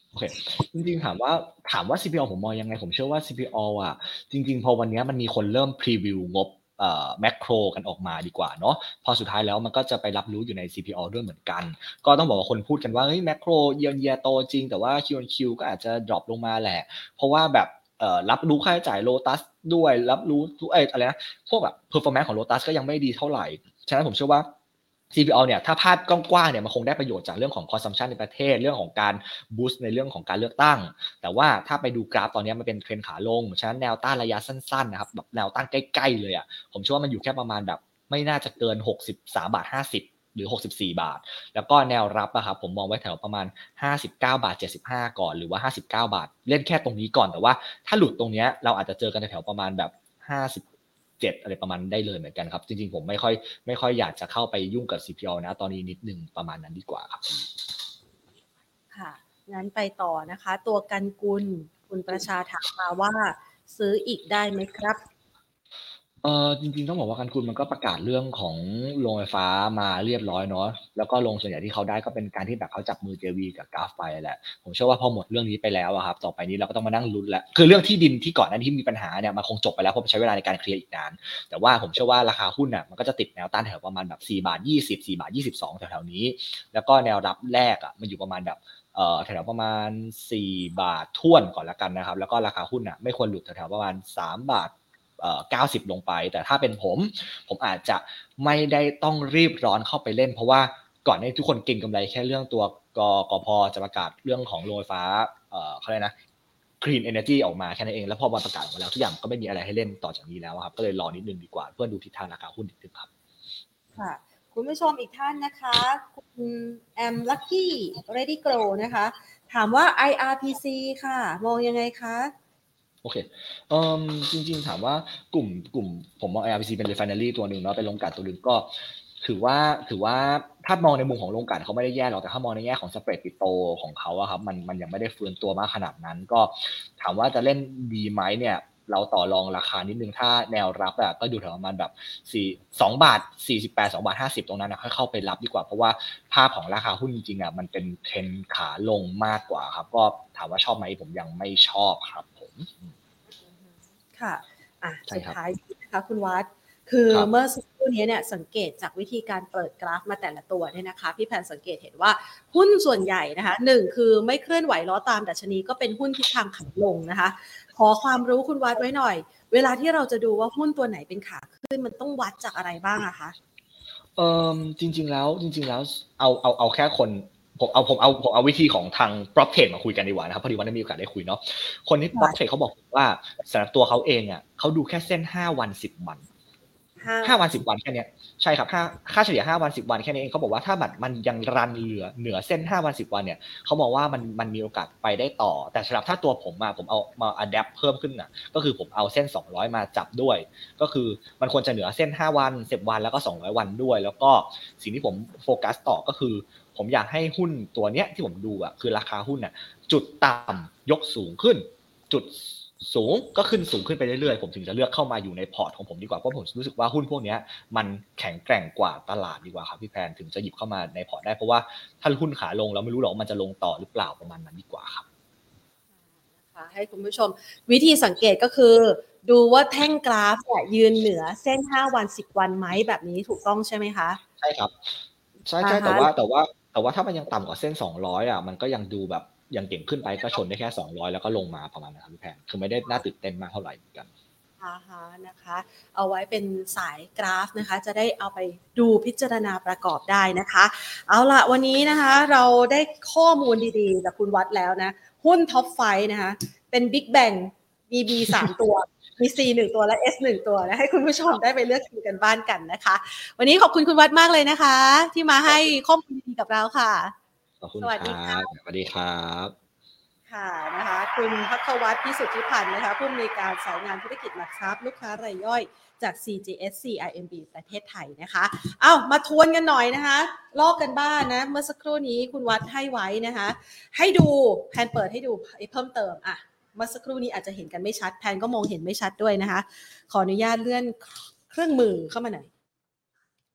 โอเคจริงๆถามว่าถามว่า ซี พี โอ ผมมองยังไงผมเชื่อว่า ซี พี โอ อ่ะจริงๆพอวันนี้มันมีคนเริ่มพรีวิวงบเอ่อแมคโครกันออกมาดีกว่าเนาะพอสุดท้ายแล้วมันก็จะไปรับรู้อยู่ใน ซี พี โอ ด้วยเหมือนกันก็ต้องบอกว่าคนพูดกันว่าเฮ้ยแมคโครเยียร์เยียโตจริงแต่ว่า คิว ออน คิว ก็อาจจะดรอปลงมาแหละเพราะว่าแบบเอ่อรับรู้ค่าใช้จ่าย Lotus ด้วยรับรู้เอ้ยอะไรนะพวกแบบ performance ของ Lotus ก็ยังไม่ดีเท่าไหร่ฉะนั้นผมเชื่อว่า ซี พี โอ เนี่ยถ้าภาพกว้างๆเนี่ยมันคงได้ประโยชน์จากเรื่องของ consumption ในประเทศเรื่องของการ boost ในเรื่องของการเลือกตั้งแต่ว่าถ้าไปดูกราฟตอนนี้มันเป็นเทรนด์ขาลงฉะนั้นแนวต้านระยะสั้นๆนะครับแบบแนวต้านใกล้ๆเลยอ่ะผมเชื่อว่ามันอยู่แค่ประมาณแบบไม่น่าจะเกินหกสิบสามบาทห้าสิบหรือหกสิบสี่บาทแล้วก็แนวรับอะครับผมมองไว้แถวประมาณห้าสิบเก้าบาทเจ็ดสิบห้าก่อนหรือว่าห้าสิบเก้าบาทเล่นแค่ตรงนี้ก่อนแต่ว่าถ้าหลุดตรงนี้เราอาจจะเจอกันแถวประมาณแบบห้าสิบเจ็ดอะไรประมาณได้เลยเหมือนกันครับจริงๆผมไม่ค่อยไม่ค่อยอยากจะเข้าไปยุ่งกับ ซี พี โอ นะตอนนี้นิดนึงประมาณนั้นดีกว่าครับค่ะงั้นไปต่อนะคะตัวกันกุลคุณประชาถามมาว่าซื้ออีกได้ไหมครับเออจริงๆต้องบอกว่ากันกุลมันก็ประกาศเรื่องของโรงไฟฟ้ามาเรียบร้อยเนาะแล้วก็โรงส่วนใหญ่ที่เขาได้ก็เป็นการที่แบบเขาจับมือ เจ วี กับกราฟไปแหละผมเชื่อว่าพอหมดเรื่องนี้ไปแล้วอะครับต่อไปนี้เราก็ต้องมานั่งลุ้นแล้วคือเรื่องที่ดินที่ก่อนหน้านี้ที่มีปัญหาเนี่ยมันคงจบไปแล้วเพราะใช้เวลาในการเคลียร์อีกนานแต่ว่าผมเชื่อว่าราคาหุ้นน่ะมันก็จะติดแนวต้านแถวประมาณแบบสี่บาทยี่สิบ สี่บาทยี่สิบสองแถวๆนี้แล้วก็แนวรับแรกอะมันอยู่ประมาณแบบเอ่อแถวๆประมาณสี่บาทท้วนก่อนละกันนะครับแล้วก็ราคาหุ้นน่ะไม่ควรหลุดแถวๆประมาณสามบาทเอ่อเก้าสิบลงไปแต่ถ้าเป็นผมผมอาจจะไม่ได้ต้องรีบร้อนเข้าไปเล่นเพราะว่าก่อนหน้านี้ทุกคนเก็งกำไรแค่เรื่องตัวกกพจะประกาศเรื่องของโรงไฟฟ้าเอ่อเขาเรียกนะ Clean Energy ออกมาแค่นั้นเองแล้วพอวันประกาศออกมาแล้วทุกอย่างก็ไม่มีอะไรให้เล่นต่อจากนี้แล้วครับก็เลยรอนิดนึงดีกว่าเพื่อดูทิศทางราคาหุ้นนิดนึงครับค่ะคุณผู้ชมอีกท่านนะคะคุณแอมลัคกี้ Ready Grow นะคะถามว่า ไอ อาร์ พี ซี ค่ะมองยังไงคะโอเคเอ่อจริงๆถามว่ากลุ่มกลุ่มผมมอง ไอ อาร์ พี ซี เป็น refinery ตัวหนึ่งเนาะเป็นโรงกลั่นตัวหนึ่งก็ถือว่าถือว่าถ้ามองในมุมของโรงกลั่นเขาไม่ได้แย่หรอกแต่ถ้ามองในแง่ของสเปรดปิโตของเขาอะครับมันมันยังไม่ได้ฟื้นตัวมากขนาดนั้นก็ถามว่าจะเล่นดีไหมเนี่ยเราต่อรองราคานิดนึงถ้าแนวรับอะก็ดูแถวประมาณแบบสี่ สองบาทสี่สิบแปด สองบาทห้าสิบตรงนั้นนะค่อยเข้าไปรับดีกว่าเพราะว่าภาพของราคาหุ้นจริงๆอะมันเป็นเทรนขาลงมากกว่าครับก็ถามว่าชอบไหมผมยังไม่ชอบครับผมค่ะอ่ะสุดท้ายนะคะคุณวัดคือเมื่อสักครู่นี้เนี่ยสังเกตจากวิธีการเปิดกราฟมาแต่ละตัวเนี่ยนะคะพี่แพนสังเกตเห็นว่าหุ้นส่วนใหญ่นะคะหนึ่งคือไม่เคลื่อนไหวล้อตามดัชนีก็เป็นหุ้นทิศทางขาลงนะคะขอความรู้คุณวัดไว้หน่อยเวลาที่เราจะดูว่าหุ้นตัวไหนเป็นขาขึ้นมันต้องวัดจากอะไรบ้างอะคะเอ่อจริงๆแล้วจริงๆแล้วเอาเอาเอาแค่คนผมเอาผมเอาผมเอาวิธีของทาง prop trade มาคุยกันดีกว่านะครับพอดีวันนี้มีโอกาสได้คุยเนาะคนที่ prop trade เขาบอกว่าสำหรับตัวเขาเองอ่ะเขาดูแค่เส้นห้าวันสิบวันห้าวันสิบวันแค่นี้ใช่ครับค่าค่าเฉลี่ยห้าวันสิบวันแค่นี้เองเขาบอกว่าถ้าบัตรมันยังรันเหลือเหนือเส้นห้าวันสิบวันเนี่ยเขามองว่ามันมันมีโอกาสไปได้ต่อแต่สำหรับถ้าตัวผมอ่ะผมเอามา adapt เพิ่มขึ้นน่ะก็คือผมเอาเส้นสองร้อยมาจับด้วยก็คือมันควรจะเหนือเส้นห้าวันสิบวันแล้วก็สองร้อยวันด้วยแล้วก็สิ่งที่ผมโฟกัสต่อก็คือผมอยากให้หุ้นตัวเนี้ยที่ผมดูอ่ะคือราคาหุ้นน่ะจุดต่ำยกสูงขึ้นจุดสูงก็ขึ้นสูงขึ้นไปเรื่อยๆผมถึงจะเลือกเข้ามาอยู่ในพอร์ตของผมดีกว่าเพราะผมรู้สึกว่าหุ้นพวกนี้มันแข็งแกร่งกว่าตลาดดีกว่าครับพี่แพนถึงจะหยิบเข้ามาในพอร์ตได้เพราะว่าถ้าหุ้นขาลงเราไม่รู้หรอกมันจะลงต่อหรือเปล่าประมาณนั้นดีกว่าครับนะคะให้คุณผู้ชมวิธีสังเกตก็คือดูว่าแท่งกราฟเนี่ยยืนเหนือเส้นห้าวันสิบวันไหมแบบนี้ถูกต้องใช่ไหมคะใช่ครับใช่ๆแต่ว่าแต่ว่าแต่ว่าถ้ามันยังต่ำกว่าเส้นสองร้อยอ่ะมันก็ยังดูแบบยังเก่งขึ้นไปก็ชนได้แค่สองร้อยแล้วก็ลงมาประมาณนั้นครับพี่แพนคือไม่ได้น่าตื่นเต้นมากเท่าไหร่เหมือนกันอ่าฮะนะคะเอาไว้เป็นสายกราฟนะคะจะได้เอาไปดูพิจารณาประกอบได้นะคะเอาละวันนี้นะคะเราได้ข้อมูลดีๆจากคุณวัดแล้วนะหุ้นท็อปไฟว์นะคะเป็นบิ๊กแบง บี บี สามตัวมี C หนึ่งตัวและ S หนึ่งตัวนะให้คุณผู้ชมได้ไปเลือกซื้อกันบ้านกันนะคะวันนี้ขอบคุณคุณวัดมากเลยนะคะที่มาให้ข้อมูลดีๆกับเราค่ะขอบคุณครับสวัสดีครับค่ะนะคะคุณภัควัฒน์พิสุทธิพันธ์นะคะผู้อำนวยการสายงานธุรกิจหลักทรัพย์ลูกค้ารายย่อยจาก ซี จี เอส ซี ไอ เอ็ม บี ประเทศไทยนะคะเอ้ามาทวนกันหน่อยนะคะลอกกันบ้านนะเมื่อสักครู่นี้คุณวัดให้ไว้นะคะให้ดูแผนเปิดให้ดูเพิ่มเติมอ่ะเมื่อสักครู่นี้อาจจะเห็นกันไม่ชัดแผนก็มองเห็นไม่ชัดด้วยนะคะขออนุญาตเลื่อนเครื่องมือเข้ามาหน่อย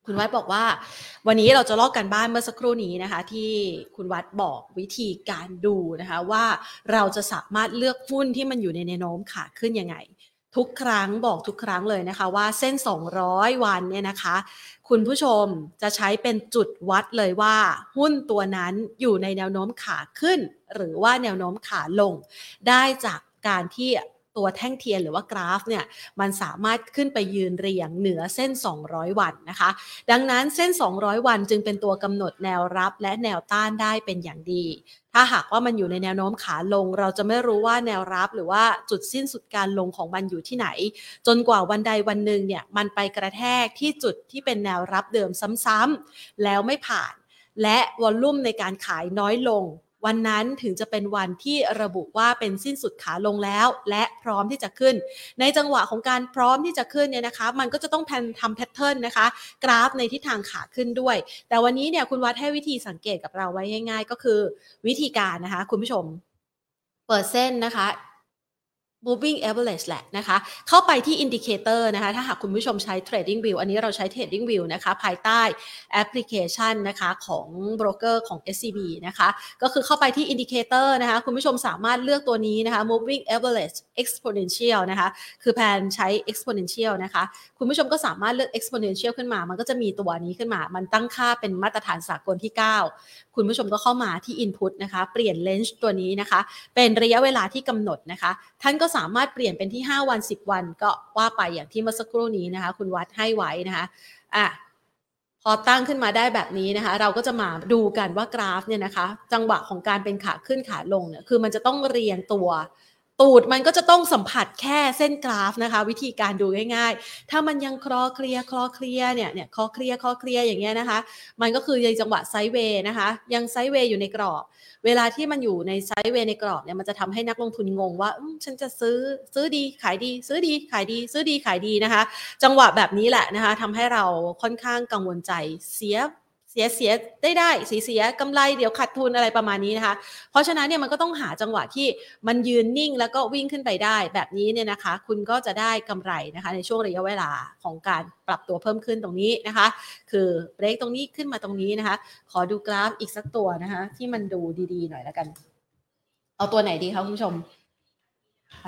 คุณวัดบอกว่าวันนี้เราจะลอกกันบ้านเมื่อสักครู่นี้นะคะที่คุณวัดบอกวิธีการดูนะคะว่าเราจะสามารถเลือกหุ้นที่มันอยู่ในแนวโน้มขาขึ้นยังไงทุกครั้งบอกทุกครั้งเลยนะคะว่าเส้นสองร้อยวันเนี่ยนะคะคุณผู้ชมจะใช้เป็นจุดวัดเลยว่าหุ้นตัวนั้นอยู่ในแนวโน้มขาขึ้นหรือว่าแนวโน้มขาลงได้จากการที่ตัวแท่งเทียนหรือว่ากราฟเนี่ยมันสามารถขึ้นไปยืนเรียงเหนือเส้นสองร้อยวันนะคะดังนั้นเส้นสองร้อยวันจึงเป็นตัวกำหนดแนวรับและแนวต้านได้เป็นอย่างดีถ้าหากว่ามันอยู่ในแนวโน้มขาลงเราจะไม่รู้ว่าแนวรับหรือว่าจุดสิ้นสุดการลงของมันอยู่ที่ไหนจนกว่าวันใดวันหนึ่งเนี่ยมันไปกระแทกที่จุดที่เป็นแนวรับเดิมซ้ำๆแล้วไม่ผ่านและวอลลุ่มในการขายน้อยลงวันนั้นถึงจะเป็นวันที่ระบุว่าเป็นสิ้นสุดขาลงแล้วและพร้อมที่จะขึ้นในจังหวะของการพร้อมที่จะขึ้นเนี่ยนะคะมันก็จะต้องแพนทำแพทเทิร์นนะคะกราฟในทิศทางขาขึ้นด้วยแต่วันนี้เนี่ยคุณวัดให้วิธีสังเกตกับเราไว้ง่ายๆก็คือวิธีการนะคะคุณผู้ชมเปิดเส้นนะคะ moving average แหละนะคะเข้าไปที่ indicator นะคะถ้าหากคุณผู้ชมใช้ trading view อันนี้เราใช้ trading view นะคะภายใต้แอปพลิเคชันนะคะของโบรกเกอร์ของ เอส ซี บี นะคะก็คือเข้าไปที่ indicator นะคะคุณผู้ชมสามารถเลือกตัวนี้นะคะ moving average exponential นะคะคือแพนใช้ exponential นะคะคุณผู้ชมก็สามารถเลือก exponential ขึ้นมามันก็จะมีตัวนี้ขึ้นมามันตั้งค่าเป็นมาตรฐานสากลที่เก้าคุณผู้ชมก็เข้ามาที่ input นะคะเปลี่ยน range ตัวนี้นะคะเป็นระยะเวลาที่กำหนดนะคะท่านก็สามารถเปลี่ยนเป็นที่ห้าวันสิบวันก็ว่าไปอย่างที่เมื่อสักครู่นี้นะคะคุณวัดให้ไว้นะคะอ่ะพอตั้งขึ้นมาได้แบบนี้นะคะเราก็จะมาดูกันว่ากราฟเนี่ยนะคะจังหวะของการเป็นขาขึ้นขาลงเนี่ยคือมันจะต้องเรียงตัวตูดมันก็จะต้องสัมผัสแค่เส้นกราฟนะคะวิธีการดูง่ายๆถ้ามันยังคลอเคลียร์คลอเคลียร์เนี่ยเนี่ยคลอเคลียร์คลอเคลียร์อย่างเงี้ยนะคะมันก็คือในจังหวะไซด์เวย์นะคะยังไซด์เวย์อยู่ในกรอบเวลาที่มันอยู่ในไซด์เวย์ในกรอบเนี่ยมันจะทำให้นักลงทุนงงว่าฉันจะซื้อซื้อดีขายดีซื้อดีขายดีซื้อดีขายดีนะคะจังหวะแบบนี้แหละนะคะทำให้เราค่อนข้างกังวลใจเสียเสียเสียได้ได้เสียเสียกำไรเดี๋ยวขาดทุนอะไรประมาณนี้นะคะเพราะฉะนั้นเนี่ยมันก็ต้องหาจังหวะที่มันยืนนิ่งแล้วก็วิ่งขึ้นไปได้แบบนี้เนี่ยนะคะคุณก็จะได้กำไรนะคะในช่วงระยะเวลาของการปรับตัวเพิ่มขึ้นตรงนี้นะคะคือเบรกตรงนี้ขึ้นมาตรงนี้นะคะขอดูกราฟอีกสักตัวนะคะที่มันดูดีๆหน่อยแล้วกันเอาตัวไหนดีคะคุณผู้ชมค่ะ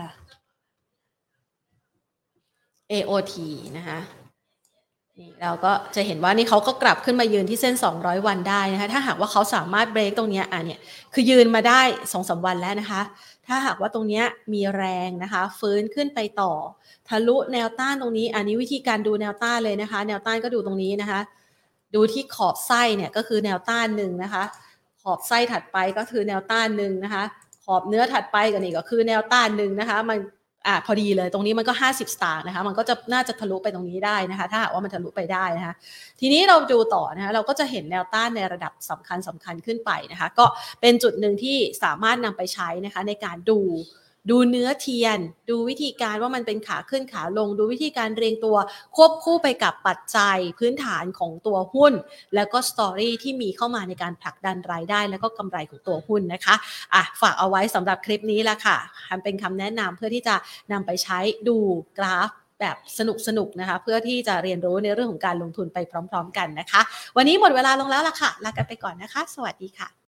เอ โอ ที นะคะนี่เราก็จะเห็นว่านี่เขาก็กลับขึ้นมายืนที่เส้นสองร้อยวันได้นะคะถ้าหากว่าเขาสามารถเบรกตรงนี้อ่ะเนี่ยคือยืนมาได้ สองถึงสาม วันแล้วนะคะถ้าหากว่าตรงนี้มีแรงนะคะฟื้นขึ้นไปต่อทะลุแนวต้านตรงนี้อันนี้วิธีการดูแนวต้านเลยนะคะแนวต้านก็ดูตรงนี้นะคะดูที่ขอบไส้เนี่ยก็คือแนวต้านหนึ่งนะคะขอบไส้ถัดไปก็คือแนวต้านหนึ่งนะคะขอบเนื้อถัดไปกันนี่ก็คือแนวต้านหนึ่งนะคะมันอ่ะพอดีเลยตรงนี้มันก็ห้าสิบสตางค์นะคะมันก็จะน่าจะทะลุไปตรงนี้ได้นะคะถ้าหากว่ามันทะลุไปได้นะคะทีนี้เราดูต่อนะคะเราก็จะเห็นแนวต้านในระดับสำคัญสำคัญขึ้นไปนะคะก็เป็นจุดหนึ่งที่สามารถนำไปใช้นะคะในการดูดูเนื้อเทียนดูวิธีการว่ามันเป็นขาขึ้นขาลงดูวิธีการเรียงตัวควบคู่ไปกับปัจจัยพื้นฐานของตัวหุ้นแล้วก็สตอรี่ที่มีเข้ามาในการผลักดันรายได้แล้วก็กำไรของตัวหุ้นนะคะอ่ะฝากเอาไว้สำหรับคลิปนี้ละค่ะทำเป็นคำแนะนำเพื่อที่จะนำไปใช้ดูกราฟแบบสนุกๆนะคะเพื่อที่จะเรียนรู้ในเรื่องของการลงทุนไปพร้อมๆกันนะคะวันนี้หมดเวลาลงแล้วล่ะค่ะลากันไปก่อนนะคะสวัสดีค่ะ